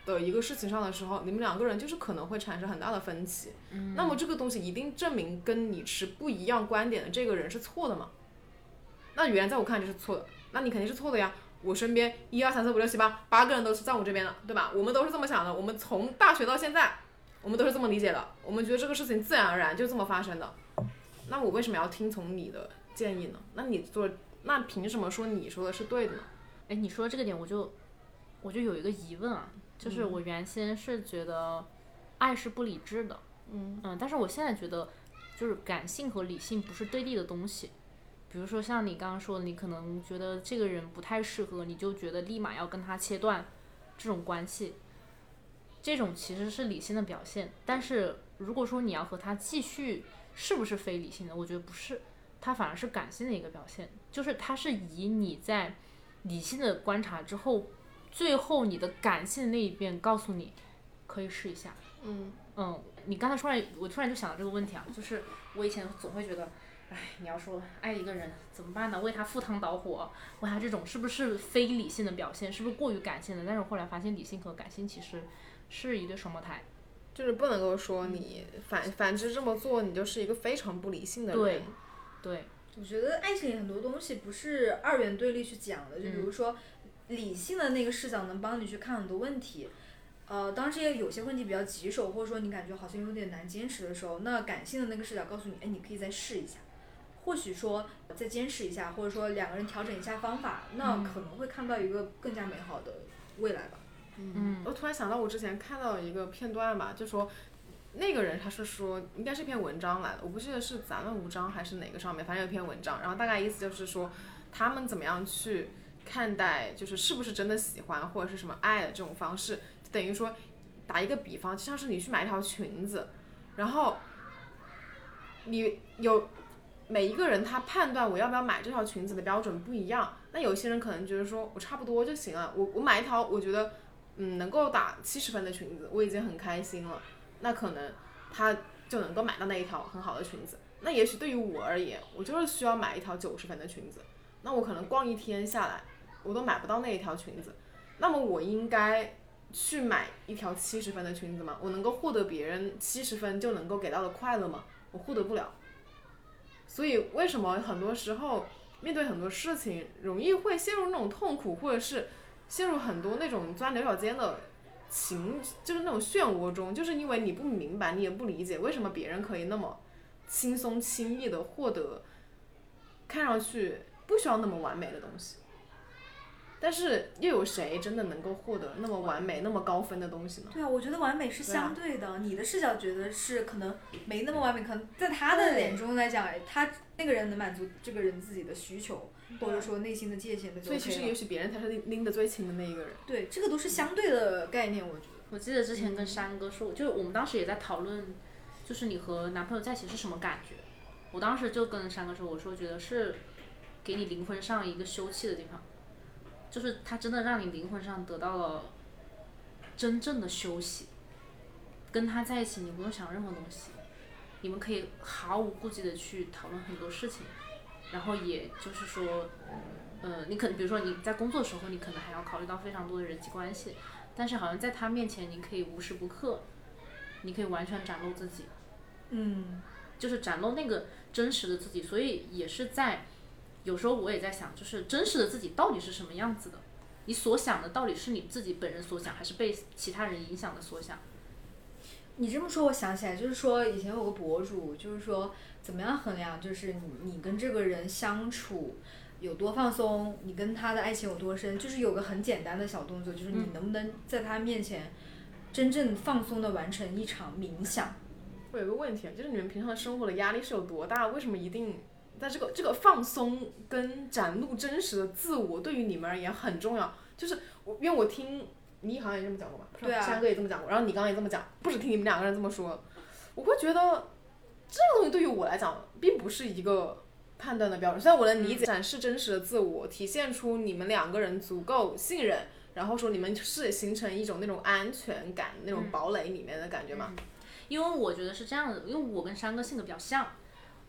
的一个事情上的时候，你们两个人就是可能会产生很大的分歧。嗯，那么这个东西一定证明跟你持不一样观点的这个人是错的嘛？那原来在我看来就是错的，那你肯定是错的呀。我身边一二三四五六七八八个人都是在我这边的，对吧？我们都是这么想的，我们从大学到现在，我们都是这么理解的，我们觉得这个事情自然而然就这么发生的。那我为什么要听从你的建议呢？那你做，那凭什么说你说的是对的呢？ 哎，你说这个点我就我就有一个疑问啊，就是我原先是觉得爱是不理智的，嗯嗯，但是我现在觉得就是感性和理性不是对立的东西。比如说像你刚刚说的，你可能觉得这个人不太适合，你就觉得立马要跟他切断这种关系，这种其实是理性的表现。但是如果说你要和他继续，是不是非理性的？我觉得不是，它反而是感性的一个表现，就是它是以你在理性的观察之后，最后你的感性的那一边告诉你可以试一下。 嗯嗯，你刚才突然我突然就想到这个问题啊，就是我以前总会觉得，哎，你要说爱一个人怎么办呢？为他赴汤蹈火，为他这种是不是非理性的表现，是不是过于感性的？但是后来发现理性和感性其实是一对双胞胎， 就是不能够说你反反之这么做，你就是一个非常不理性的人。 对，对。 我觉得爱情里很多东西不是二元对立去讲的，就比如说理性的那个视角能帮你去看很多问题。呃，当这些有些问题比较棘手，或者说你感觉好像有点难坚持的时候，那感性的那个视角告诉你，哎，你可以再试一下，或许说再坚持一下，或者说两个人调整一下方法，那可能会看到一个更加美好的未来吧。 嗯，我突然想到我之前看到一个片段吧，就说那个人他是说应该是一篇文章来的，我不记得是咱们无章还是哪个上面，反正有一篇文章，然后大概意思就是说他们怎么样去看待就是是不是真的喜欢或者是什么爱的这种方式。等于说打一个比方，就像是你去买一条裙子，然后你有每一个人他判断我要不要买这条裙子的标准不一样，那有些人可能觉得说我差不多就行了，我我买一条我觉得嗯能够打七十分的裙子我已经很开心了，那可能他就能够买到那一条很好的裙子。那也许对于我而言，我就是需要买一条九十分的裙子，那我可能逛一天下来我都买不到那一条裙子，那么我应该去买一条七十分的裙子吗？我能够获得别人七十分就能够给到的快乐吗？我获得不了。所以为什么很多时候面对很多事情容易会陷入那种痛苦，或者是陷入很多那种钻牛角尖的情，就是那种漩涡中，就是因为你不明白，你也不理解为什么别人可以那么轻松轻易的获得看上去不需要那么完美的东西，但是又有谁真的能够获得那么完美那么高分的东西呢？ 对啊，我觉得完美是相对的，对啊，你的视角觉得是可能没那么完美，可能在他的眼中来讲，他那个人能满足这个人自己的需求，或者说内心的界限的， 所以其实也许别人才是拎得最轻的那一个人。 对，这个都是相对的概念，我觉得。 我记得之前跟山哥说，就是我们当时也在讨论，就是你和男朋友在一起是什么感觉。我当时就跟山哥说，我说觉得是给你灵魂上一个休憩的地方，就是他真的让你灵魂上得到了真正的休息。跟他在一起，你不用想任何东西，你们可以毫无顾忌的去讨论很多事情，然后也就是说，呃，你可能比如说你在工作的时候，你可能还要考虑到非常多的人际关系，但是好像在他面前，你可以无时不刻，你可以完全展露自己， 嗯， 就是展露那个真实的自己。所以也是在，有时候我也在想，就是真实的自己到底是什么样子的？你所想的到底是你自己本人所想，还是被其他人影响的所想？ 你这么说，我想起来，就是说以前有个博主，就是说怎么样衡量，就是你你跟这个人相处有多放松，你跟他的爱情有多深，就是有个很简单的小动作，就是你能不能在他面前真正放松的完成一场冥想。 我有个问题，就是你们平常的生活的压力是有多大？为什么一定在这个这个放松跟展露真实的自我对于你们而言很重要？就是我因为我听你好像也这么讲过吧， 对啊， 山哥也这么讲过，然后你刚刚也这么讲，不止听你们两个人这么说，我会觉得这个东西对于我来讲并不是一个判断的标准。虽然我能理解展示真实的自我，体现出你们两个人足够信任，然后说你们是形成一种那种安全感那种堡垒里面的感觉嘛。 嗯，因为我觉得是这样的，因为我跟山哥性格比较像，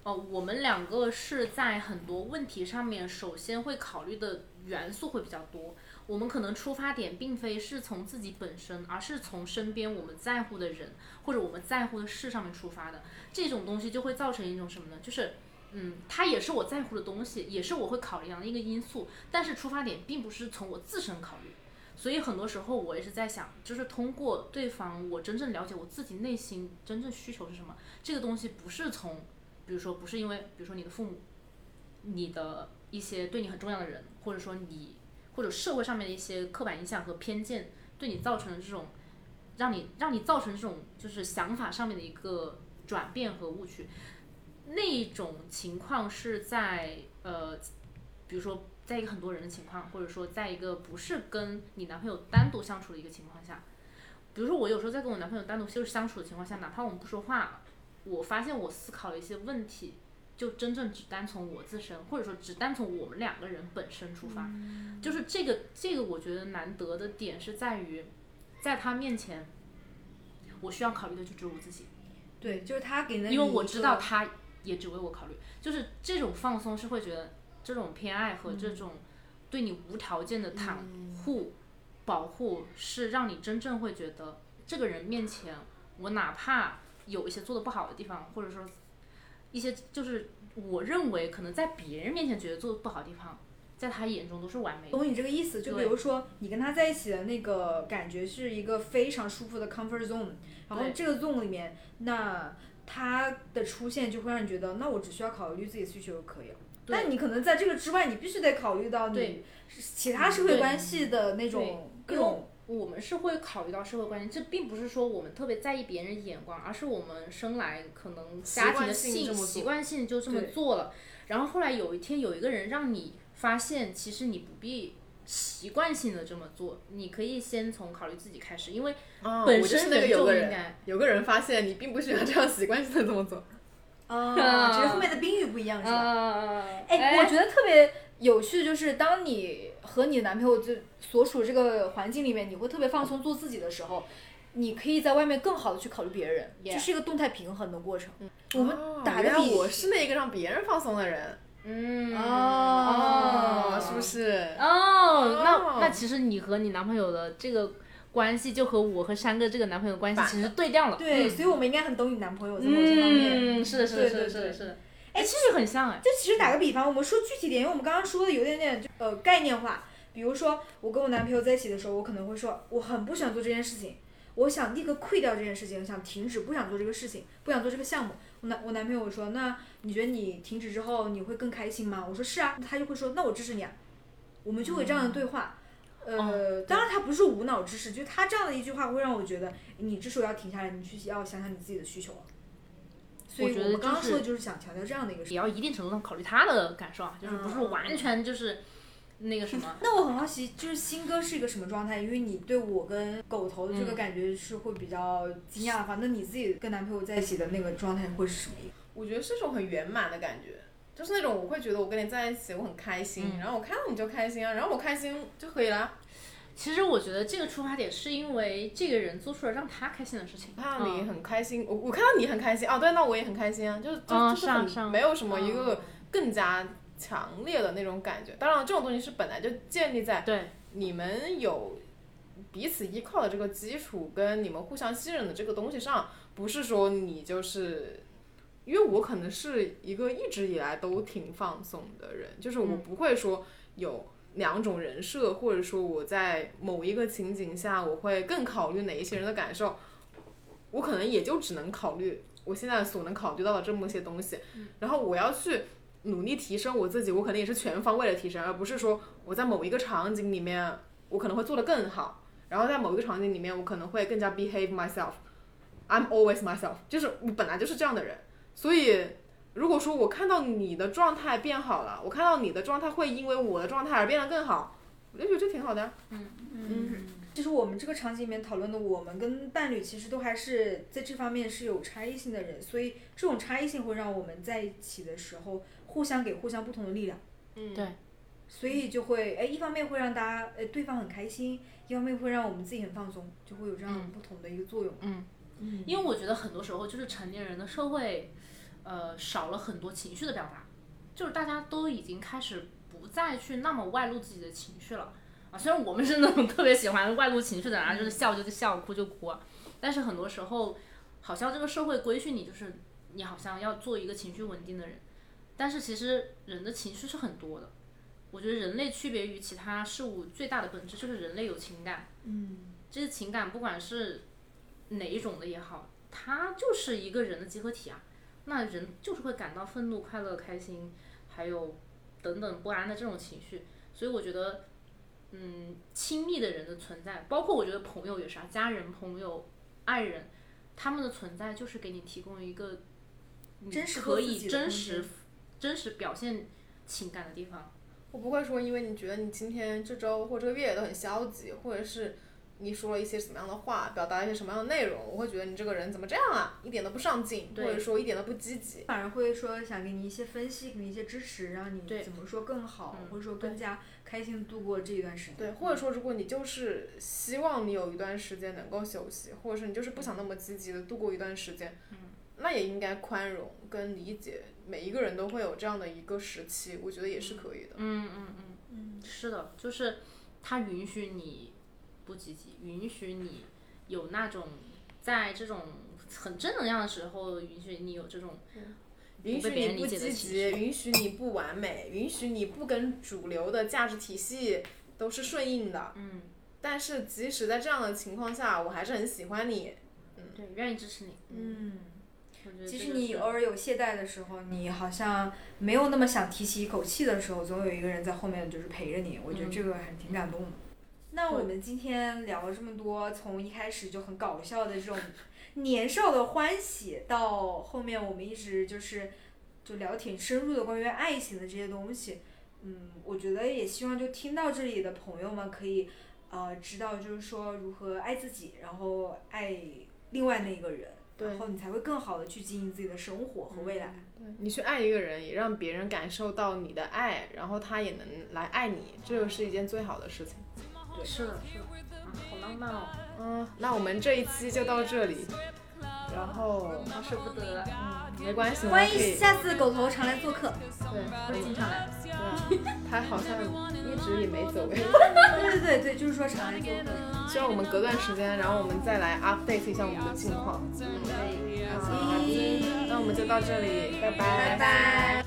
哦，我们两个是在很多问题上面，首先会考虑的元素会比较多。我们可能出发点并非是从自己本身，而是从身边我们在乎的人或者我们在乎的事上面出发的。这种东西就会造成一种什么呢？就是，嗯，它也是我在乎的东西，也是我会考量的一个因素。但是出发点并不是从我自身考虑。所以很多时候我也是在想，就是通过对方，我真正了解我自己内心真正需求是什么。这个东西不是从。比如说不是因为，比如说你的父母，你的一些对你很重要的人，或者说你或者社会上面的一些刻板印象和偏见，对你造成的这种，让你让你造成这种就是想法上面的一个转变和误区，那种情况是在呃，比如说在一个很多人的情况，或者说在一个不是跟你男朋友单独相处的一个情况下，比如说我有时候在跟我男朋友单独就是相处的情况下，哪怕我们不说话。我发现我思考了一些问题，就真正只单从我自身，或者说只单从我们两个人本身出发，嗯、就是这个这个我觉得难得的点是在于，在他面前，我需要考虑的就只有我自己。 对，就是他给了你， 因为我知道他也只为我考虑，就是这种放松是会觉得这种偏爱和这种对你无条件的袒护、嗯、保护，是让你真正会觉得这个人面前，我哪怕。有一些做的不好的地方，或者说一些就是我认为可能在别人面前觉得做的不好的地方，在他眼中都是完美的。 懂你这个意思，就比如说你跟他在一起的那个感觉是一个非常舒服的 comfort zone， 然后这个 zone 里面，那他的出现就会让你觉得，那我只需要考虑自己的需求就可以了。但你可能在这个之外，你必须得考虑到你其他社会关系的那种各种。 我们是会考虑到社会关系，这并不是说我们特别在意别人眼光，而是我们生来可能家庭的性习惯性就这么做了。然后后来有一天有一个人让你发现，其实你不必习惯性的这么做，你可以先从考虑自己开始，因为本身人就应该、 哦、有个人发现你并不需要这样习惯性的这么做。 啊，只是后面的宾语不一样是吧？哎、啊，我觉得特别有趣的就是，当你和你男朋友就所处这个环境里面，你会特别放松做自己的时候，你可以在外面更好的去考虑别人，这、yeah. 是一个动态平衡的过程。嗯、我们打个比， 我是那个让别人放松的人。 嗯哦，哦是不是？ 哦，哦那那其实你和你男朋友的这个关系，就和我和山哥这个男朋友的关系其实对调了。 对、嗯，所以我们应该很懂你男朋友在某些方面。 嗯，是的，是的，是的，是的，是的。哎，其实很像哎。 就其实打个比方，我们说具体点，因为我们刚刚说的有点点呃概念化。比如说，我跟我男朋友在一起的时候，我可能会说，我很不喜欢做这件事情，我想立刻quit掉这件事情，想停止，不想做这个事情，不想做这个项目。我男我男朋友说，那你觉得你停止之后你会更开心吗？我说是啊，他就会说，那我支持你啊。我们就会这样的对话。嗯、呃，当然他不是无脑支持，就他这样的一句话会让我觉得，你这时候要停下来，你去要想想你自己的需求了。所以我们刚刚说的就是想强调这样的一个事， 也要一定程度上考虑他的感受啊，就是不是完全就是那个什么。 那我很好奇，就是新哥是一个什么状态？因为你对我跟狗头的这个感觉是会比较惊讶的话，嗯、那你自己跟男朋友在一起的那个状态会是什么？ 我觉得是一种很圆满的感觉，就是那种我会觉得我跟你在一起我很开心，嗯、然后我看到你就开心啊，然后我开心就可以了。 其实我觉得这个出发点是因为这个人做出了让他开心的事情。 我看到你很开心，嗯、我我看到你很开心啊，对，那我也很开心啊，就就、 嗯、 就是很没有什么一个更加强烈的那种感觉。当然，这种东西是本来就建立在对你们有彼此依靠的这个基础跟你们互相信任的这个东西上，不是说你就是，因为我可能是一个一直以来都挺放松的人，就是我不会说有。两种人设，或者说我在某一个情景下我会更考虑哪一些人的感受，我可能也就只能考虑我现在所能考虑到的这么些东西，然后我要去努力提升我自己，我可能也是全方位的提升，而不是说我在某一个场景里面我可能会做得更好，然后在某一个场景里面我可能会更加 behave myself I'm always myself， 就是我本来就是这样的人。所以如果说我看到你的状态变好了，我看到你的状态会因为我的状态而变得更好，我就觉得这挺好的。 嗯嗯，就是我们这个场景里面讨论的，我们跟伴侣其实都还是在这方面是有差异性的人，所以这种差异性会让我们在一起的时候互相给互相不同的力量。 嗯，对。 所以就会哎，一方面会让大家哎对方很开心，一方面会让我们自己很放松，就会有这样不同的一个作用。 嗯嗯，因为我觉得很多时候就是成年人的社会。 呃少了很多情绪的表达，就是大家都已经开始不再去那么外露自己的情绪了啊。虽然我们是那种特别喜欢外露情绪的人，就是笑就笑，哭就哭，但是很多时候好像这个社会规训你，就是你好像要做一个情绪稳定的人，但是其实人的情绪是很多的。我觉得人类区别于其他事物最大的本质就是人类有情感， 嗯， 这些情感不管是哪一种的也好，它就是一个人的集合体啊。那人就是会感到愤怒、快乐、开心，还有等等不安的这种情绪。所以我觉得，嗯，亲密的人的存在，包括我觉得朋友也是啊，家人、朋友、爱人，他们的存在就是给你提供一个真实可以真实、真实表现情感的地方。 我不会说因为你觉得你今天这周或这个月都很消极，或者是你说了一些什么样的话，表达一些什么样的内容，我会觉得你这个人怎么这样啊，一点都不上进，或者说一点都不积极， 反而会说想给你一些分析，给你一些支持，让你怎么说更好，或者说更加开心度过这一段时间。 对，或者说如果你就是希望你有一段时间能够休息，或者是你就是不想那么积极的度过一段时间， 嗯， 那也应该宽容跟理解，每一个人都会有这样的一个时期，我觉得也是可以的。 嗯嗯嗯嗯，是的，就是它允许你不积极，允许你有那种在这种很正能量的时候，允许你有这种允许你不积极，允许你不完美，允许你不跟主流的价值体系都是顺应的。 嗯， 但是即使在这样的情况下，我还是很喜欢你。 嗯，对，愿意支持你。 嗯。 即使你偶尔有懈怠的时候，你好像没有那么想提起一口气的时候，总有一个人在后面就是陪着你，我觉得这个还挺感动的。嗯，那我们今天聊了这么多，从一开始就很搞笑的这种年少的欢喜，到后面我们一直就是就聊挺深入的关于爱情的这些东西。嗯，我觉得也希望就听到这里的朋友们可以呃知道，就是说如何爱自己，然后爱另外那一个人。然后你才会更好的去经营自己的生活和未来。 对，你去爱一个人，也让别人感受到你的爱，然后他也能来爱你，这个是一件最好的事情。 对，是的，是的，啊，好浪漫哦。 嗯，那我们这一期就到这里，然后好舍不得。 嗯，没关系， 欢迎下次狗头常来做客。 对， 会经常来。 对，他好像一直也没走。 对对对对，就是说常来做客。 希望我们隔段时间，然后我们再来 update 一下我们的近况。 嗯，可以。 好的，那我们就到这里，拜拜。 拜拜。